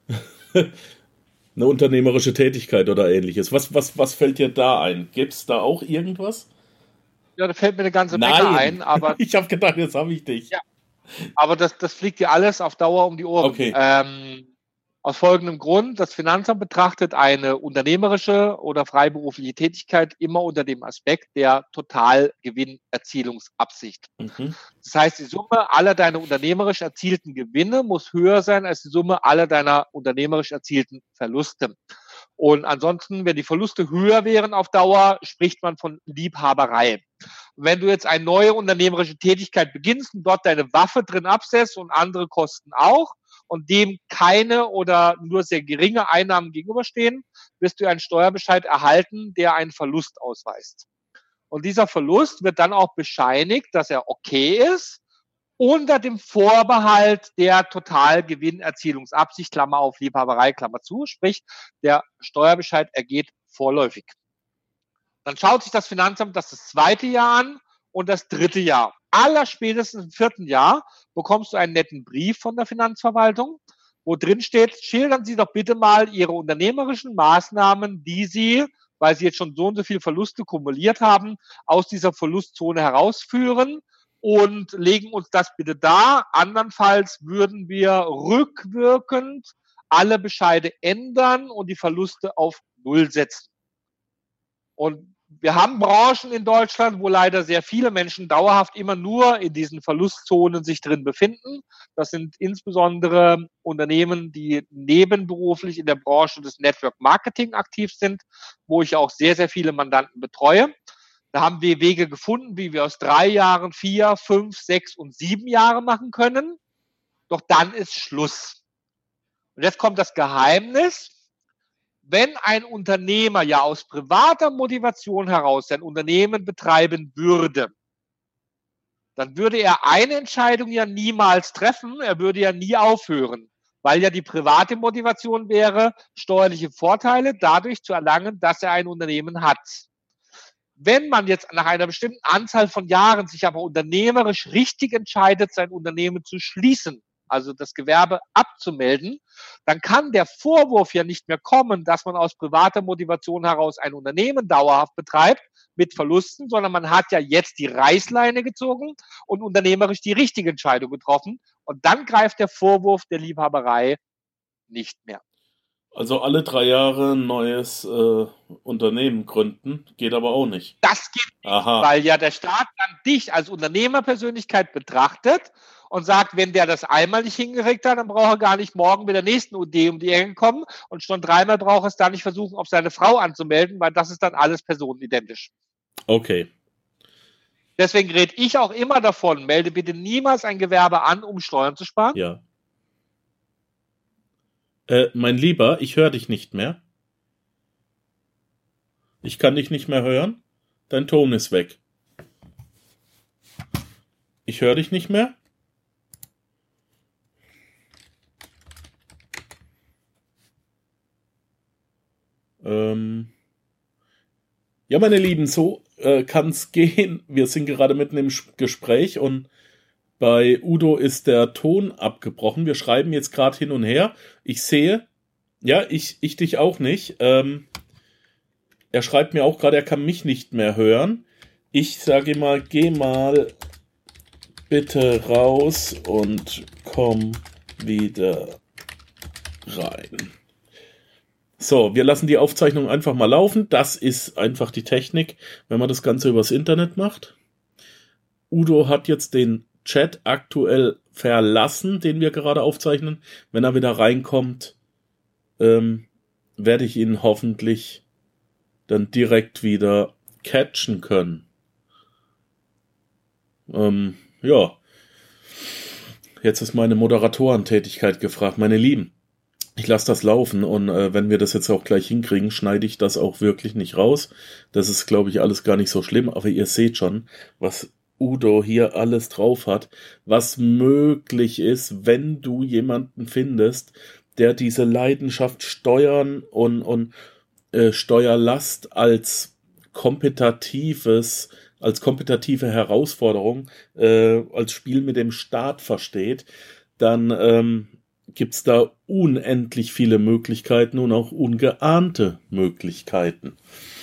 eine unternehmerische Tätigkeit oder ähnliches. Was fällt dir da ein? Gibt es da auch irgendwas? Ja, da fällt mir eine ganze Menge ein, aber ich habe gedacht, jetzt habe ich dich. Ja, aber das fliegt dir alles auf Dauer um die Ohren. Okay. Aus folgendem Grund: Das Finanzamt betrachtet eine unternehmerische oder freiberufliche Tätigkeit immer unter dem Aspekt der Totalgewinnerzielungsabsicht. Das heißt, die Summe aller deiner unternehmerisch erzielten Gewinne muss höher sein als die Summe aller deiner unternehmerisch erzielten Verluste. Und ansonsten, wenn die Verluste höher wären auf Dauer, spricht man von Liebhaberei. Und wenn du jetzt eine neue unternehmerische Tätigkeit beginnst und dort deine Waffe drin absetzt und andere Kosten auch und dem keine oder nur sehr geringe Einnahmen gegenüberstehen, wirst du einen Steuerbescheid erhalten, der einen Verlust ausweist. Und dieser Verlust wird dann auch bescheinigt, dass er okay ist, unter dem Vorbehalt der Totalgewinnerzielungsabsicht, Klammer auf Liebhaberei, Klammer zu, sprich, der Steuerbescheid ergeht vorläufig. Dann schaut sich das Finanzamt das 2. Jahr an und das 3. Jahr. Allerspätestens im 4. Jahr bekommst du einen netten Brief von der Finanzverwaltung, wo drin steht, schildern Sie doch bitte mal Ihre unternehmerischen Maßnahmen, die Sie, weil Sie jetzt schon so und so viel Verluste kumuliert haben, aus dieser Verlustzone herausführen und legen uns das bitte dar. Andernfalls würden wir rückwirkend alle Bescheide ändern und die Verluste auf Null setzen. Und wir haben Branchen in Deutschland, wo leider sehr viele Menschen dauerhaft immer nur in diesen Verlustzonen sich drin befinden. Das sind insbesondere Unternehmen, die nebenberuflich in der Branche des Network Marketing aktiv sind, wo ich auch sehr, sehr viele Mandanten betreue. Da haben wir Wege gefunden, wie wir aus 3 Jahren 4, 5, 6 und 7 Jahre machen können. Doch dann ist Schluss. Und jetzt kommt das Geheimnis. wenn ein Unternehmer ja aus privater Motivation heraus sein Unternehmen betreiben würde, dann würde er eine Entscheidung ja niemals treffen, er würde ja nie aufhören, weil ja die private Motivation wäre, steuerliche Vorteile dadurch zu erlangen, dass er ein Unternehmen hat. Wenn man jetzt nach einer bestimmten Anzahl von Jahren sich aber unternehmerisch richtig entscheidet, sein Unternehmen zu schließen, also das Gewerbe abzumelden, dann kann der Vorwurf ja nicht mehr kommen, dass man aus privater Motivation heraus ein Unternehmen dauerhaft betreibt mit Verlusten, sondern man hat ja jetzt die Reißleine gezogen und unternehmerisch die richtige Entscheidung getroffen. Und dann greift der Vorwurf der Liebhaberei nicht mehr. Also alle 3 Jahre ein neues Unternehmen gründen, geht aber auch nicht. Das geht nicht, weil ja der Staat dann dich als Unternehmerpersönlichkeit betrachtet und sagt, wenn der das einmal nicht hingekriegt hat, dann braucht er gar nicht morgen mit der nächsten Idee um die Ecke kommen und schon 3-mal braucht er es da nicht versuchen, auf seine Frau anzumelden, weil das ist dann alles personenidentisch. Okay. Deswegen rede ich auch immer davon, melde bitte niemals ein Gewerbe an, um Steuern zu sparen. Ja. Mein Lieber, ich höre dich nicht mehr. Ich kann dich nicht mehr hören. Dein Ton ist weg. Ich höre dich nicht mehr. Ja, meine Lieben, so kann es gehen. Wir sind gerade mitten im Gespräch und bei Udo ist der Ton abgebrochen. Wir schreiben jetzt gerade hin und her. Ich sehe, ja, ich dich auch nicht. Er schreibt mir auch gerade, er kann mich nicht mehr hören. Ich sage mal, geh mal bitte raus und komm wieder rein. So, wir lassen die Aufzeichnung einfach mal laufen. Das ist einfach die Technik, wenn man das Ganze übers Internet macht. Udo hat jetzt den Chat aktuell verlassen, den wir gerade aufzeichnen. Wenn er wieder reinkommt, werde ich ihn hoffentlich dann direkt wieder catchen können. Ja. Jetzt ist meine Moderatorentätigkeit gefragt. Meine Lieben, ich lasse das laufen und wenn wir das jetzt auch gleich hinkriegen, schneide ich das auch wirklich nicht raus. Das ist, glaube ich, alles gar nicht so schlimm, aber ihr seht schon, was Udo hier alles drauf hat, was möglich ist, wenn du jemanden findest, der diese Leidenschaft Steuern und Steuerlast als kompetitive Herausforderung, als Spiel mit dem Staat versteht, dann gibt's da unendlich viele Möglichkeiten und auch ungeahnte Möglichkeiten.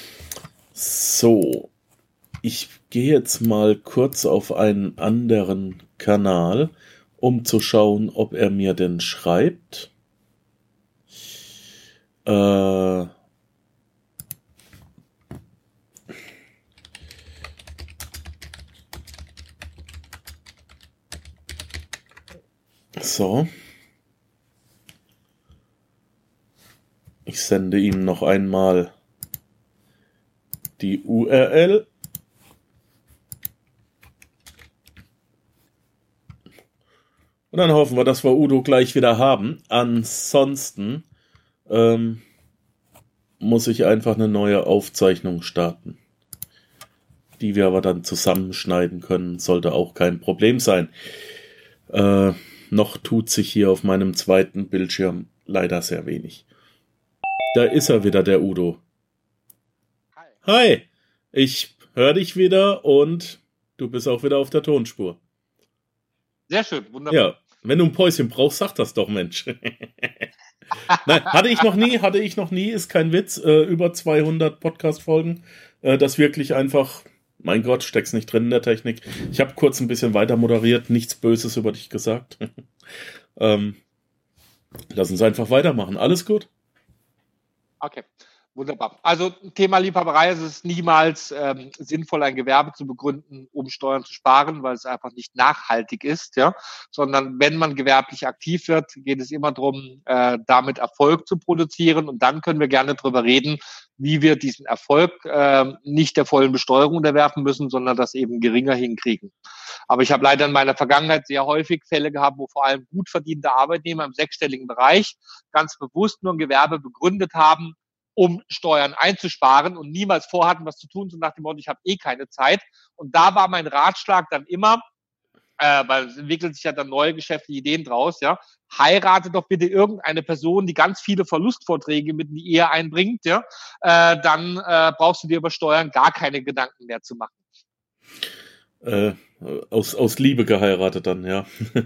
So, ich gehe jetzt mal kurz auf einen anderen Kanal, um zu schauen, ob er mir denn schreibt. So. Ich sende ihm noch einmal die URL. Und dann hoffen wir, dass wir Udo gleich wieder haben. Ansonsten muss ich einfach eine neue Aufzeichnung starten, die wir aber dann zusammenschneiden können. Sollte auch kein Problem sein. Noch tut sich hier auf meinem zweiten Bildschirm leider sehr wenig. Da ist er wieder, der Udo. Hi, ich höre dich wieder und du bist auch wieder auf der Tonspur. Sehr schön, wunderbar. Ja, wenn du ein Päuschen brauchst, sag das doch, Mensch. Nein, hatte ich noch nie, ist kein Witz, über 200 Podcast-Folgen, das wirklich einfach, mein Gott, steck's nicht drin in der Technik. Ich habe kurz ein bisschen weiter moderiert, nichts Böses über dich gesagt. Lass uns einfach weitermachen, alles gut? Okay, wunderbar. Also Thema Liebhaberei, es ist niemals sinnvoll, ein Gewerbe zu begründen, um Steuern zu sparen, weil es einfach nicht nachhaltig ist, ja. Sondern wenn man gewerblich aktiv wird, geht es immer darum, damit Erfolg zu produzieren. Und dann können wir gerne drüber reden, wie wir diesen Erfolg nicht der vollen Besteuerung unterwerfen müssen, sondern das eben geringer hinkriegen. Aber ich habe leider in meiner Vergangenheit sehr häufig Fälle gehabt, wo vor allem gut verdiente Arbeitnehmer im sechsstelligen Bereich ganz bewusst nur ein Gewerbe begründet haben, um Steuern einzusparen und niemals vorhatten, was zu tun, so nach dem Motto, ich habe eh keine Zeit. Und da war mein Ratschlag dann immer, weil es entwickelt sich ja dann neue geschäftliche Ideen draus, ja, heirate doch bitte irgendeine Person, die ganz viele Verlustvorträge mit in die Ehe einbringt, ja, dann brauchst du dir über Steuern gar keine Gedanken mehr zu machen. Aus Liebe geheiratet dann, ja.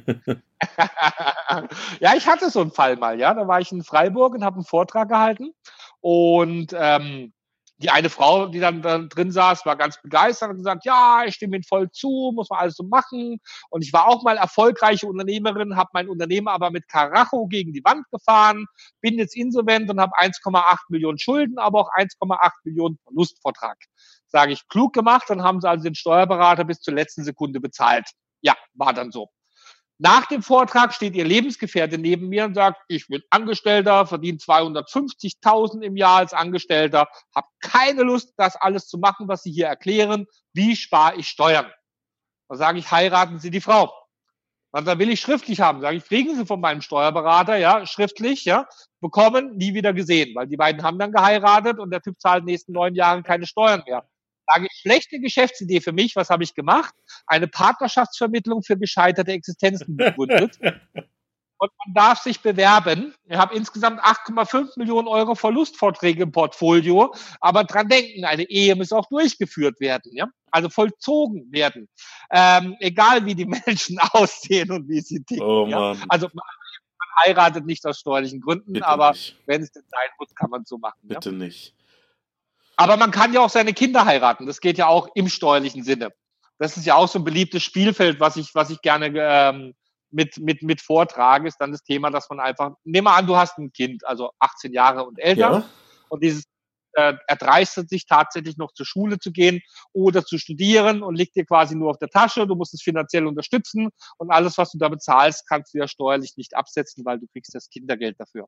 Ja, ich hatte so einen Fall mal, ja. Da war ich in Freiburg und habe einen Vortrag gehalten. Und die eine Frau, die dann drin saß, war ganz begeistert und gesagt, ja, ich stimme Ihnen voll zu, muss man alles so machen. Und ich war auch mal erfolgreiche Unternehmerin, habe mein Unternehmen aber mit Karacho gegen die Wand gefahren, bin jetzt insolvent und habe 1,8 Millionen Schulden, aber auch 1,8 Millionen Verlustvortrag. Sage ich, klug gemacht, dann haben sie also den Steuerberater bis zur letzten Sekunde bezahlt. Ja, war dann so. Nach dem Vortrag steht ihr Lebensgefährte neben mir und sagt, ich bin Angestellter, verdiene 250.000 im Jahr als Angestellter, habe keine Lust, das alles zu machen, was Sie hier erklären. Wie spare ich Steuern? Da sage ich, heiraten Sie die Frau. Dann will ich schriftlich haben. Sage ich, kriegen Sie von meinem Steuerberater, ja, schriftlich, ja, bekommen, nie wieder gesehen, weil die beiden haben dann geheiratet und der Typ zahlt in den nächsten 9 Jahren keine Steuern mehr. Sage ich, schlechte Geschäftsidee für mich. Was habe ich gemacht? Eine Partnerschaftsvermittlung für gescheiterte Existenzen gegründet. Und man darf sich bewerben. Ich habe insgesamt 8,5 Millionen Euro Verlustvorträge im Portfolio. Aber dran denken, eine Ehe muss auch durchgeführt werden, ja? Also vollzogen werden. Egal wie die Menschen aussehen und wie sie ticken. Oh ja? Mann, Also man heiratet nicht aus steuerlichen Gründen, bitte aber nicht. wenn es denn sein muss, kann man es so machen. Ja? Bitte nicht. Aber man kann ja auch seine Kinder heiraten. Das geht ja auch im steuerlichen Sinne. Das ist ja auch so ein beliebtes Spielfeld, was ich gerne mit vortrage, ist dann das Thema, dass man einfach, nehmen wir an, du hast ein Kind, also 18 Jahre und älter, Ja? und dieses erdreistet sich tatsächlich noch zur Schule zu gehen oder zu studieren und liegt dir quasi nur auf der Tasche. Du musst es finanziell unterstützen und alles, was du da bezahlst, kannst du ja steuerlich nicht absetzen, weil du kriegst das Kindergeld dafür.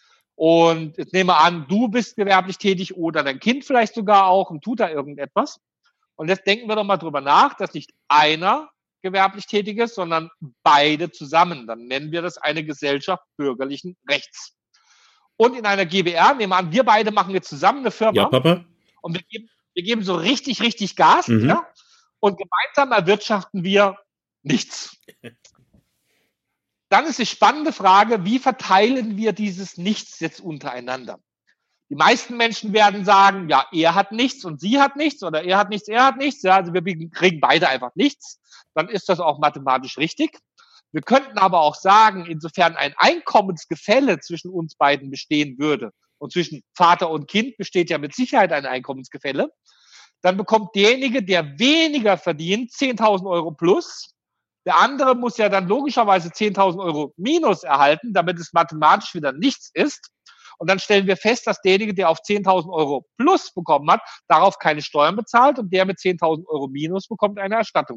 Und jetzt nehmen wir an, du bist gewerblich tätig oder dein Kind vielleicht sogar auch und tut da irgendetwas. Und jetzt denken wir doch mal drüber nach, dass nicht einer gewerblich tätig ist, sondern beide zusammen. Dann nennen wir das eine Gesellschaft bürgerlichen Rechts. Und in einer GbR, nehmen wir an, wir beide machen jetzt zusammen eine Firma. Ja, Papa? Und wir geben so richtig Gas. Mhm. Ja? Und gemeinsam erwirtschaften wir nichts. Dann ist die spannende Frage, wie verteilen wir dieses Nichts jetzt untereinander? Die meisten Menschen werden sagen, ja, er hat nichts und sie hat nichts oder er hat nichts, er hat nichts. Ja, also wir kriegen beide einfach nichts. Dann ist das auch mathematisch richtig. Wir könnten aber auch sagen, insofern ein Einkommensgefälle zwischen uns beiden bestehen würde und zwischen Vater und Kind besteht ja mit Sicherheit ein Einkommensgefälle, dann bekommt derjenige, der weniger verdient, 10.000 Euro plus. Der andere muss ja dann logischerweise 10.000 Euro minus erhalten, damit es mathematisch wieder nichts ist. Und dann stellen wir fest, dass derjenige, der auf 10.000 Euro plus bekommen hat, darauf keine Steuern bezahlt und der mit 10.000 Euro minus bekommt eine Erstattung.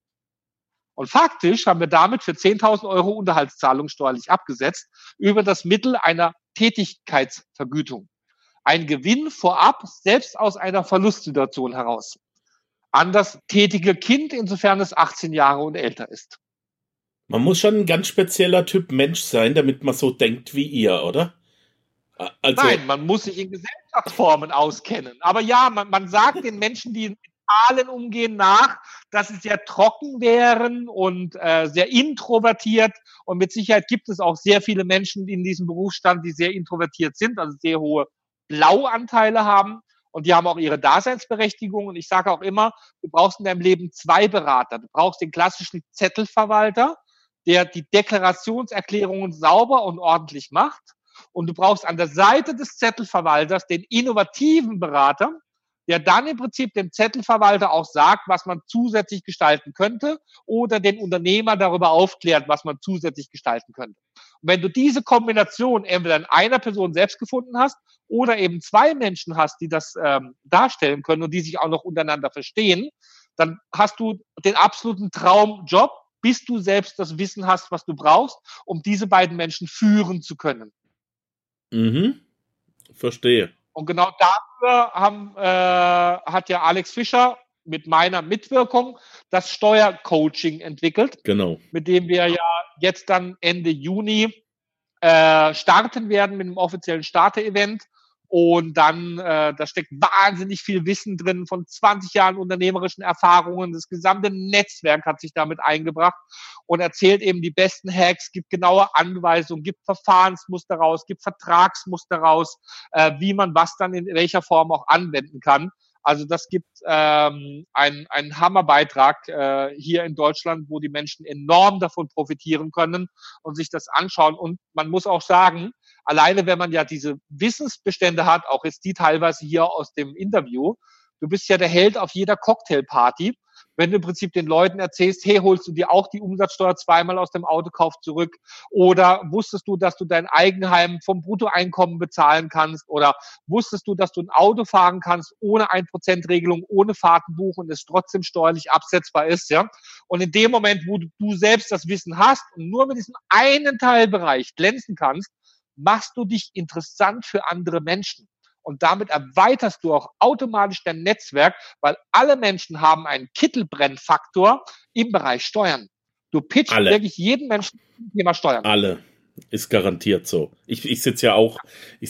Und faktisch haben wir damit für 10.000 Euro Unterhaltszahlung steuerlich abgesetzt über das Mittel einer Tätigkeitsvergütung. Ein Gewinn vorab, selbst aus einer Verlustsituation heraus. An das tätige Kind, insofern es 18 Jahre und älter ist. Man muss schon ein ganz spezieller Typ Mensch sein, damit man so denkt wie ihr, oder? Also, Nein, man muss sich in Gesellschaftsformen auskennen. Aber ja, man sagt den Menschen, die mit Zahlen umgehen, nach, dass sie sehr trocken wären und sehr introvertiert. Und mit Sicherheit gibt es auch sehr viele Menschen in diesem Berufsstand, die sehr introvertiert sind, also sehr hohe Blauanteile haben. Und die haben auch ihre Daseinsberechtigung. Und ich sage auch immer, du brauchst in deinem Leben 2 Berater. Du brauchst den klassischen Zettelverwalter, der die Deklarationserklärungen sauber und ordentlich macht. Und du brauchst an der Seite des Zettelverwalters den innovativen Berater, der dann im Prinzip dem Zettelverwalter auch sagt, was man zusätzlich gestalten könnte oder den Unternehmer darüber aufklärt, was man zusätzlich gestalten könnte. Und wenn du diese Kombination entweder in einer Person selbst gefunden hast oder eben 2 Menschen hast, die das darstellen können und die sich auch noch untereinander verstehen, dann hast du den absoluten Traumjob, bis du selbst das Wissen hast, was du brauchst, um diese beiden Menschen führen zu können. Verstehe. Und genau dafür hat ja Alex Fischer mit meiner Mitwirkung das Steuercoaching entwickelt, Genau. mit dem wir ja jetzt dann Ende Juni starten werden mit einem offiziellen Starter-Event, Und dann, da steckt wahnsinnig viel Wissen drin von 20 Jahren unternehmerischen Erfahrungen. Das gesamte Netzwerk hat sich damit eingebracht und erzählt eben die besten Hacks, gibt genaue Anweisungen, gibt Verfahrensmuster raus, gibt Vertragsmuster raus, wie man was dann in welcher Form auch anwenden kann. Also das gibt einen Hammerbeitrag hier in Deutschland, wo die Menschen enorm davon profitieren können und sich das anschauen. Und man muss auch sagen, alleine wenn man ja diese Wissensbestände hat, auch jetzt die teilweise hier aus dem Interview, du bist ja der Held auf jeder Cocktailparty, wenn du im Prinzip den Leuten erzählst, hey, holst du dir auch die Umsatzsteuer zweimal aus dem Autokauf zurück? Oder wusstest du, dass du dein Eigenheim vom Bruttoeinkommen bezahlen kannst? Oder wusstest du, dass du ein Auto fahren kannst ohne 1%-Regelung, ohne Fahrtenbuch und es trotzdem steuerlich absetzbar ist? Ja? Und in dem Moment, wo du selbst das Wissen hast und nur mit diesem einen Teilbereich glänzen kannst, machst du dich interessant für andere Menschen. Und damit erweiterst du auch automatisch dein Netzwerk, weil alle Menschen haben einen Kittelbrennfaktor im Bereich Steuern. Du pitchst wirklich jeden Menschen zum Thema Steuern. Alle. Ist garantiert so. Ich sitze ja auch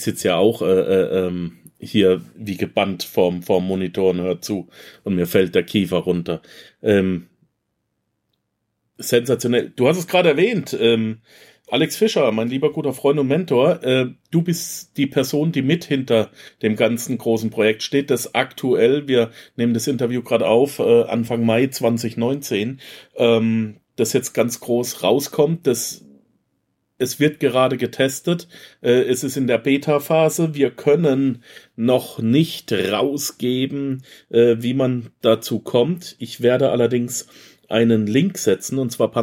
hier wie gebannt vorm Monitor und hör zu und mir fällt der Kiefer runter. Sensationell. Du hast es gerade erwähnt, Alex Fischer, mein lieber guter Freund und Mentor, du bist die Person, die mit hinter dem ganzen großen Projekt steht, das aktuell, wir nehmen das Interview gerade auf, Anfang Mai 2019, das jetzt ganz groß rauskommt, es wird gerade getestet, es ist in der Beta-Phase, wir können noch nicht rausgeben, wie man dazu kommt. Ich werde allerdings einen Link setzen, und zwar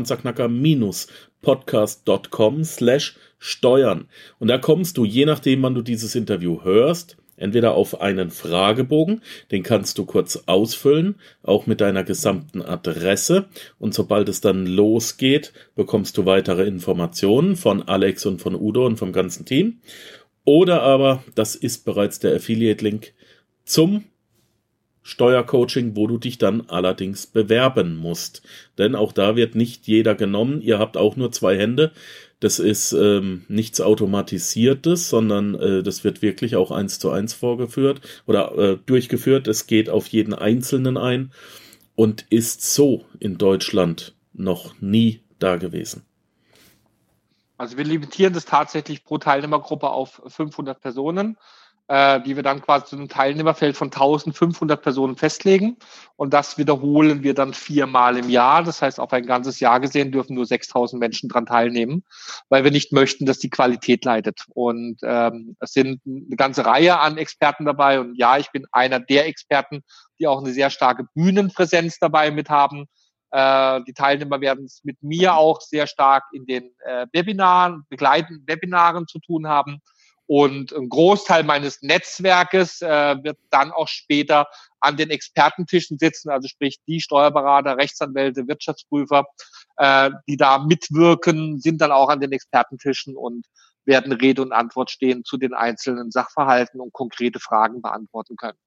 panzerknacker-podcast.com/steuern. Und da kommst du, je nachdem, wann du dieses Interview hörst, entweder auf einen Fragebogen, den kannst du kurz ausfüllen, auch mit deiner gesamten Adresse. Und sobald es dann losgeht, bekommst du weitere Informationen von Alex und von Udo und vom ganzen Team. Oder aber, das ist bereits der Affiliate-Link zum Steuercoaching, wo du dich dann allerdings bewerben musst. Denn auch da wird nicht jeder genommen. Ihr habt auch nur 2 Hände. Das ist nichts Automatisiertes, sondern das wird wirklich auch 1:1 vorgeführt oder durchgeführt. Es geht auf jeden Einzelnen ein und ist so in Deutschland noch nie da gewesen. Also wir limitieren das tatsächlich pro Teilnehmergruppe auf 500 Personen. Die wir dann quasi zu einem Teilnehmerfeld von 1500 Personen festlegen. Und das wiederholen wir dann 4-mal im Jahr. Das heißt, auf ein ganzes Jahr gesehen dürfen nur 6000 Menschen dran teilnehmen, weil wir nicht möchten, dass die Qualität leidet. Und es sind eine ganze Reihe an Experten dabei. Und ja, ich bin einer der Experten, die auch eine sehr starke Bühnenpräsenz dabei mit haben. Die Teilnehmer werden es mit mir auch sehr stark in den begleitenden Webinaren zu tun haben. Und ein Großteil meines Netzwerkes wird dann auch später an den Expertentischen sitzen, also sprich die Steuerberater, Rechtsanwälte, Wirtschaftsprüfer, die da mitwirken, sind dann auch an den Expertentischen und werden Rede und Antwort stehen zu den einzelnen Sachverhalten und konkrete Fragen beantworten können.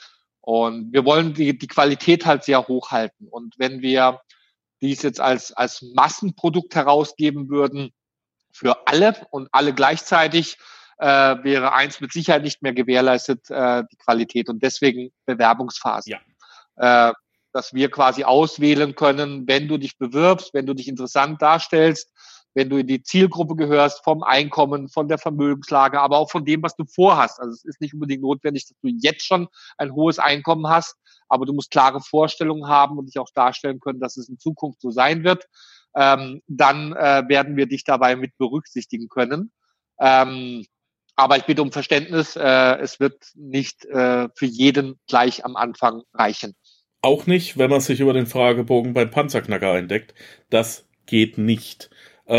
Und wir wollen die Qualität halt sehr hoch halten. Und wenn wir dies jetzt als Massenprodukt herausgeben würden für alle und alle gleichzeitig, wäre eins mit Sicherheit nicht mehr gewährleistet, die Qualität. Und deswegen Bewerbungsphase. Ja. Dass wir quasi auswählen können, wenn du dich bewirbst, wenn du dich interessant darstellst, wenn du in die Zielgruppe gehörst, vom Einkommen, von der Vermögenslage, aber auch von dem, was du vorhast. Also es ist nicht unbedingt notwendig, dass du jetzt schon ein hohes Einkommen hast, aber du musst klare Vorstellungen haben und dich auch darstellen können, dass es in Zukunft so sein wird. Dann werden wir dich dabei mit berücksichtigen können. Aber ich bitte um Verständnis, es wird nicht für jeden gleich am Anfang reichen. Auch nicht, wenn man sich über den Fragebogen beim Panzerknacker eindeckt. Das geht nicht.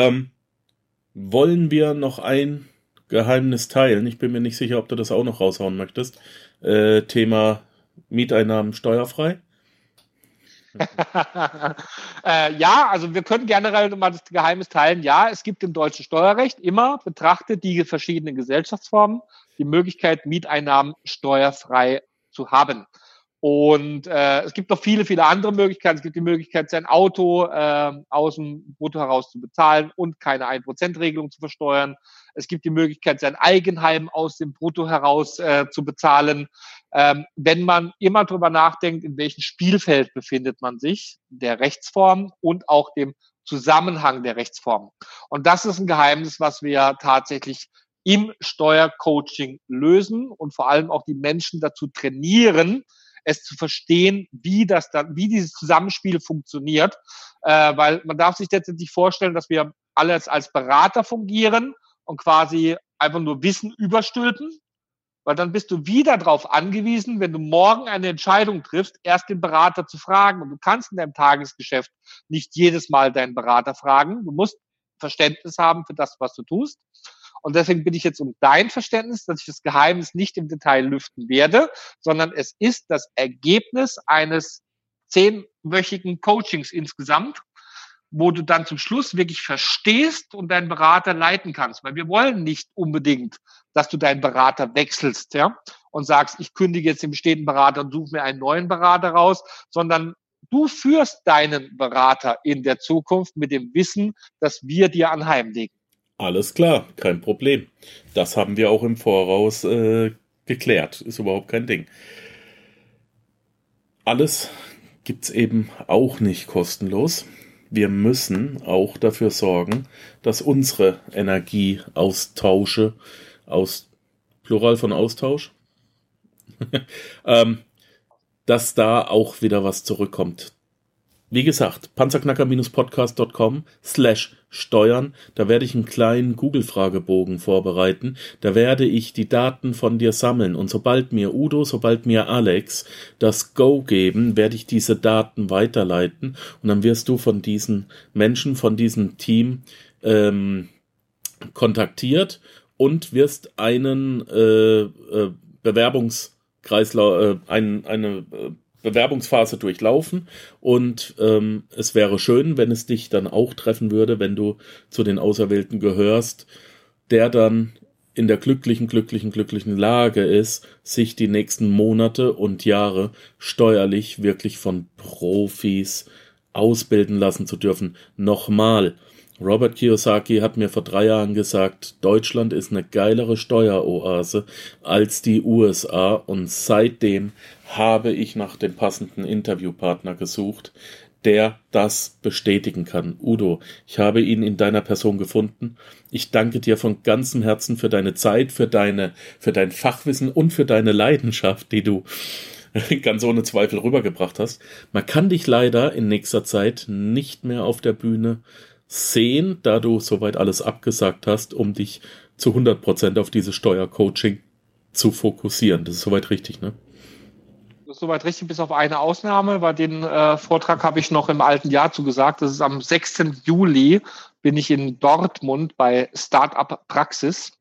Wollen wir noch ein Geheimnis teilen? Ich bin mir nicht sicher, ob du das auch noch raushauen möchtest. Thema Mieteinnahmen steuerfrei. Ja, also wir können generell mal das Geheimnis teilen. Ja, es gibt im deutschen Steuerrecht immer betrachtet die verschiedenen Gesellschaftsformen die Möglichkeit, Mieteinnahmen steuerfrei zu haben. Und es gibt noch viele, viele andere Möglichkeiten. Es gibt die Möglichkeit, sein Auto aus dem Brutto heraus zu bezahlen und keine 1%-Regelung zu versteuern. Es gibt die Möglichkeit, sein Eigenheim aus dem Brutto heraus zu bezahlen. Wenn man immer drüber nachdenkt, in welchem Spielfeld befindet man sich, der Rechtsform und auch dem Zusammenhang der Rechtsform. Und das ist ein Geheimnis, was wir tatsächlich im Steuercoaching lösen und vor allem auch die Menschen dazu trainieren, es zu verstehen, wie dieses Zusammenspiel funktioniert, weil man darf sich letztendlich vorstellen, dass wir alle als Berater fungieren und quasi einfach nur Wissen überstülpen, weil dann bist du wieder darauf angewiesen, wenn du morgen eine Entscheidung triffst, erst den Berater zu fragen. Und du kannst in deinem Tagesgeschäft nicht jedes Mal deinen Berater fragen. Du musst Verständnis haben für das, was du tust. Und deswegen bin ich jetzt um dein Verständnis, dass ich das Geheimnis nicht im Detail lüften werde, sondern es ist das Ergebnis eines 10-wöchigen Coachings insgesamt, wo du dann zum Schluss wirklich verstehst und deinen Berater leiten kannst. Weil wir wollen nicht unbedingt, dass du deinen Berater wechselst, ja, und sagst, ich kündige jetzt den bestehenden Berater und suche mir einen neuen Berater raus, sondern du führst deinen Berater in der Zukunft mit dem Wissen, das wir dir anheimlegen. Alles klar, kein Problem. Das haben wir auch im Voraus geklärt. Ist überhaupt kein Ding. Alles gibt's eben auch nicht kostenlos. Wir müssen auch dafür sorgen, dass unsere Energieaustausche, Plural von Austausch, dass da auch wieder was zurückkommt. Wie gesagt, panzerknacker-podcast.com/steuern, da werde ich einen kleinen Google-Fragebogen vorbereiten, da werde ich die Daten von dir sammeln und sobald mir Alex das Go geben, werde ich diese Daten weiterleiten und dann wirst du von diesen Menschen, von diesem Team kontaktiert und wirst einen eine Bewerbungsphase durchlaufen und es wäre schön, wenn es dich dann auch treffen würde, wenn du zu den Auserwählten gehörst, der dann in der glücklichen Lage ist, sich die nächsten Monate und Jahre steuerlich wirklich von Profis ausbilden lassen zu dürfen. Nochmal, Robert Kiyosaki hat mir vor 3 Jahren gesagt, Deutschland ist eine geilere Steueroase als die USA und seitdem habe ich nach dem passenden Interviewpartner gesucht, der das bestätigen kann. Udo, ich habe ihn in deiner Person gefunden. Ich danke dir von ganzem Herzen für deine Zeit, für dein Fachwissen und für deine Leidenschaft, die du ganz ohne Zweifel rübergebracht hast. Man kann dich leider in nächster Zeit nicht mehr auf der Bühne sehen, da du soweit alles abgesagt hast, um dich zu 100% auf dieses Steuercoaching zu fokussieren. Das ist soweit richtig, ne? Das ist soweit richtig, bis auf eine Ausnahme, weil den Vortrag habe ich noch im alten Jahr zugesagt. Das ist am 6. Juli, bin ich in Dortmund bei Startup Praxis.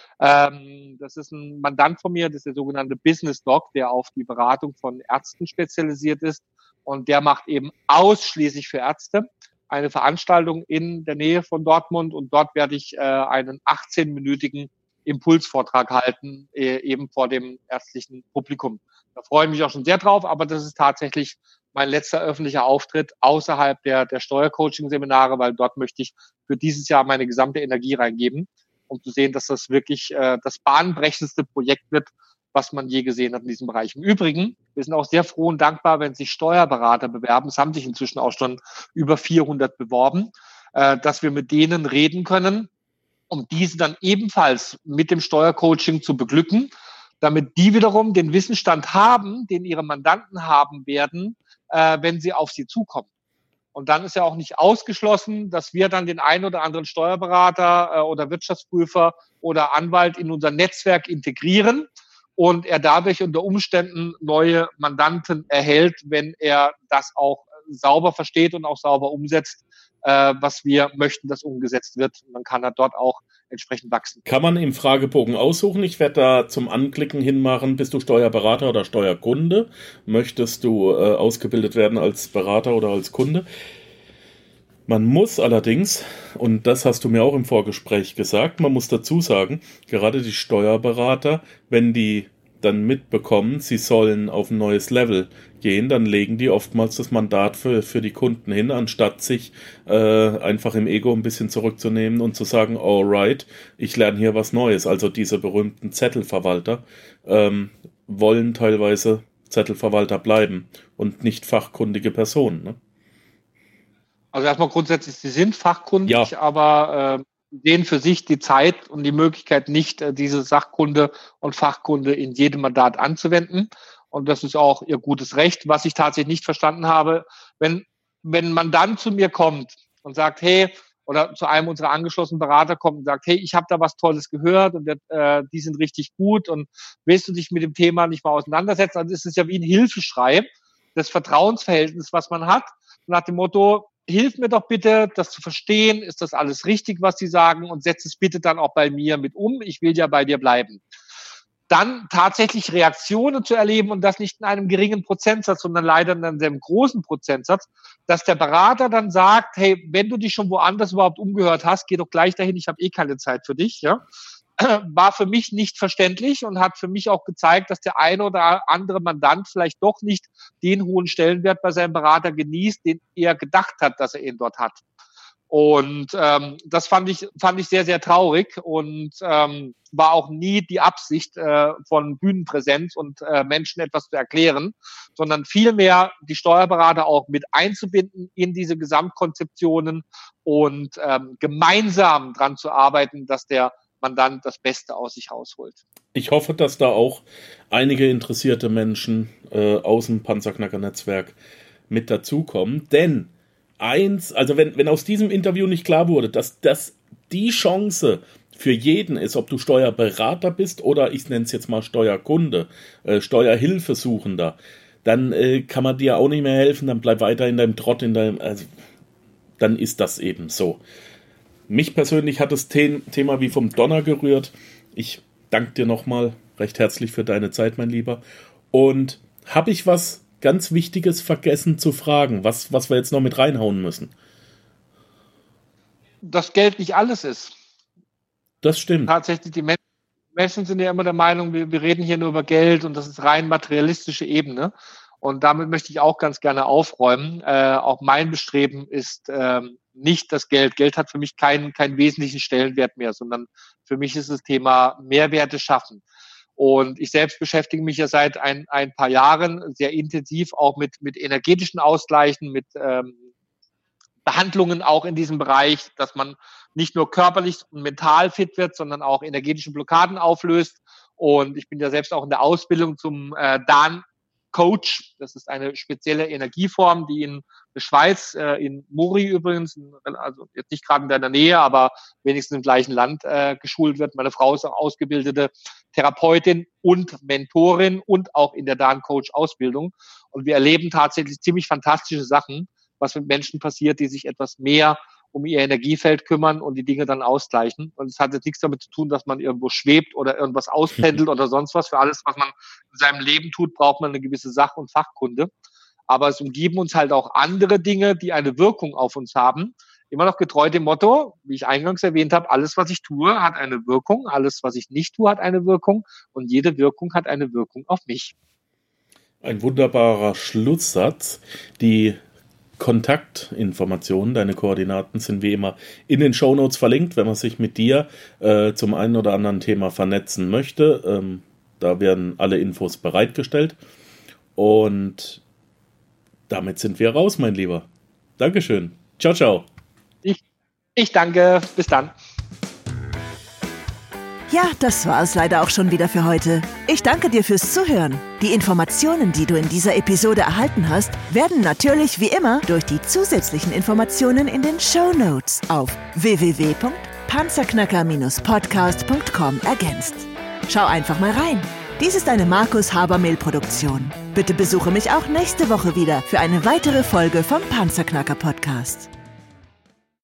Das ist ein Mandant von mir, das ist der sogenannte Business Doc, der auf die Beratung von Ärzten spezialisiert ist. Und der macht eben ausschließlich für Ärzte eine Veranstaltung in der Nähe von Dortmund und dort werde ich einen 18-minütigen Impulsvortrag halten, eben vor dem ärztlichen Publikum. Da freue ich mich auch schon sehr drauf, aber das ist tatsächlich mein letzter öffentlicher Auftritt außerhalb der Steuercoaching-Seminare, weil dort möchte ich für dieses Jahr meine gesamte Energie reingeben, um zu sehen, dass das wirklich das bahnbrechendste Projekt wird, was man je gesehen hat in diesem Bereich. Im Übrigen, wir sind auch sehr froh und dankbar, wenn sich Steuerberater bewerben. Es haben sich inzwischen auch schon über 400 beworben, dass wir mit denen reden können, um diese dann ebenfalls mit dem Steuercoaching zu beglücken, damit die wiederum den Wissensstand haben, den ihre Mandanten haben werden, wenn sie auf sie zukommen. Und dann ist ja auch nicht ausgeschlossen, dass wir dann den einen oder anderen Steuerberater oder Wirtschaftsprüfer oder Anwalt in unser Netzwerk integrieren und er dadurch unter Umständen neue Mandanten erhält, wenn er das auch sauber versteht und auch sauber umsetzt, was wir möchten, dass umgesetzt wird. Und dann kann er dort auch entsprechend wachsen. Kann man im Fragebogen aussuchen. Ich werde da zum Anklicken hinmachen, bist du Steuerberater oder Steuerkunde? Möchtest du ausgebildet werden als Berater oder als Kunde? Man muss allerdings, und das hast du mir auch im Vorgespräch gesagt, man muss dazu sagen, gerade die Steuerberater, wenn die dann mitbekommen, sie sollen auf ein neues Level gehen, dann legen die oftmals das Mandat für die Kunden hin, anstatt sich einfach im Ego ein bisschen zurückzunehmen und zu sagen, alright, ich lerne hier was Neues. Also diese berühmten Zettelverwalter wollen teilweise Zettelverwalter bleiben und nicht fachkundige Personen. Ne? Also erstmal grundsätzlich, sie sind fachkundig, Ja. aber sehen für sich die Zeit und die Möglichkeit nicht, diese Sachkunde und Fachkunde in jedem Mandat anzuwenden. Und das ist auch ihr gutes Recht. Was ich tatsächlich nicht verstanden habe, wenn man dann zu mir kommt und sagt, hey, oder zu einem unserer angeschlossenen Berater kommt und sagt, hey, ich habe da was Tolles gehört und die sind richtig gut und willst du dich mit dem Thema nicht mal auseinandersetzen? Also ist es ja wie ein Hilfeschrei, das Vertrauensverhältnis, was man hat, nach dem Motto, hilf mir doch bitte, das zu verstehen, ist das alles richtig, was Sie sagen und setz es bitte dann auch bei mir mit um, ich will ja bei dir bleiben. Dann tatsächlich Reaktionen zu erleben und das nicht in einem geringen Prozentsatz, sondern leider in einem sehr großen Prozentsatz, dass der Berater dann sagt, hey, wenn du dich schon woanders überhaupt umgehört hast, geh doch gleich dahin, ich habe keine Zeit für dich, ja. War für mich nicht verständlich und hat für mich auch gezeigt, dass der eine oder andere Mandant vielleicht doch nicht den hohen Stellenwert bei seinem Berater genießt, den er gedacht hat, dass er ihn dort hat. Und das fand ich sehr, sehr traurig und war auch nie die Absicht von Bühnenpräsenz und Menschen etwas zu erklären, sondern vielmehr die Steuerberater auch mit einzubinden in diese Gesamtkonzeptionen und gemeinsam dran zu arbeiten, dass der Mandant das Beste aus sich rausholt. Ich hoffe, dass da auch einige interessierte Menschen aus dem Panzerknacker-Netzwerk mit dazukommen, denn also wenn aus diesem Interview nicht klar wurde, dass das die Chance für jeden ist, ob du Steuerberater bist oder ich nenne es jetzt mal Steuerkunde, Steuerhilfesuchender, dann kann man dir auch nicht mehr helfen, dann bleib weiter in deinem Trott, dann ist das eben so. Mich persönlich hat das Thema wie vom Donner gerührt. Ich danke dir nochmal recht herzlich für deine Zeit, mein Lieber. Und habe ich was ganz Wichtiges vergessen zu fragen, was wir jetzt noch mit reinhauen müssen? Dass Geld nicht alles ist. Das stimmt. Tatsächlich, die Menschen sind ja immer der Meinung, wir reden hier nur über Geld und das ist rein materialistische Ebene. Und damit möchte ich auch ganz gerne aufräumen. Auch mein Bestreben ist nicht das Geld. Geld hat für mich keinen wesentlichen Stellenwert mehr, sondern für mich ist das Thema Mehrwerte schaffen. Und ich selbst beschäftige mich ja seit ein paar Jahren sehr intensiv auch mit energetischen Ausgleichen, mit Behandlungen auch in diesem Bereich, dass man nicht nur körperlich und mental fit wird, sondern auch energetische Blockaden auflöst. Und ich bin ja selbst auch in der Ausbildung zum Dan-Coach. Das ist eine spezielle Energieform, die in der Schweiz, in Muri übrigens, also jetzt nicht gerade in deiner Nähe, aber wenigstens im gleichen Land geschult wird. Meine Frau ist auch ausgebildete Therapeutin und Mentorin und auch in der Dan-Coach-Ausbildung. Und wir erleben tatsächlich ziemlich fantastische Sachen, was mit Menschen passiert, die sich etwas mehr um ihr Energiefeld kümmern und die Dinge dann ausgleichen. Und es hat jetzt nichts damit zu tun, dass man irgendwo schwebt oder irgendwas auspendelt oder sonst was. Für alles, was man in seinem Leben tut, braucht man eine gewisse Sach- und Fachkunde. Aber es umgeben uns halt auch andere Dinge, die eine Wirkung auf uns haben. Immer noch getreu dem Motto, wie ich eingangs erwähnt habe, alles, was ich tue, hat eine Wirkung. Alles, was ich nicht tue, hat eine Wirkung. Und jede Wirkung hat eine Wirkung auf mich. Ein wunderbarer Schlusssatz. Die Kontaktinformationen, deine Koordinaten sind wie immer in den Shownotes verlinkt, wenn man sich mit dir zum einen oder anderen Thema vernetzen möchte. Da werden alle Infos bereitgestellt. Und damit sind wir raus, mein Lieber. Dankeschön. Ciao, ciao. Ich danke. Bis dann. Ja, das war es leider auch schon wieder für heute. Ich danke dir fürs Zuhören. Die Informationen, die du in dieser Episode erhalten hast, werden natürlich wie immer durch die zusätzlichen Informationen in den Shownotes auf www.panzerknacker-podcast.com ergänzt. Schau einfach mal rein. Dies ist eine Markus Habermehl-Produktion. Bitte besuche mich auch nächste Woche wieder für eine weitere Folge vom Panzerknacker-Podcast.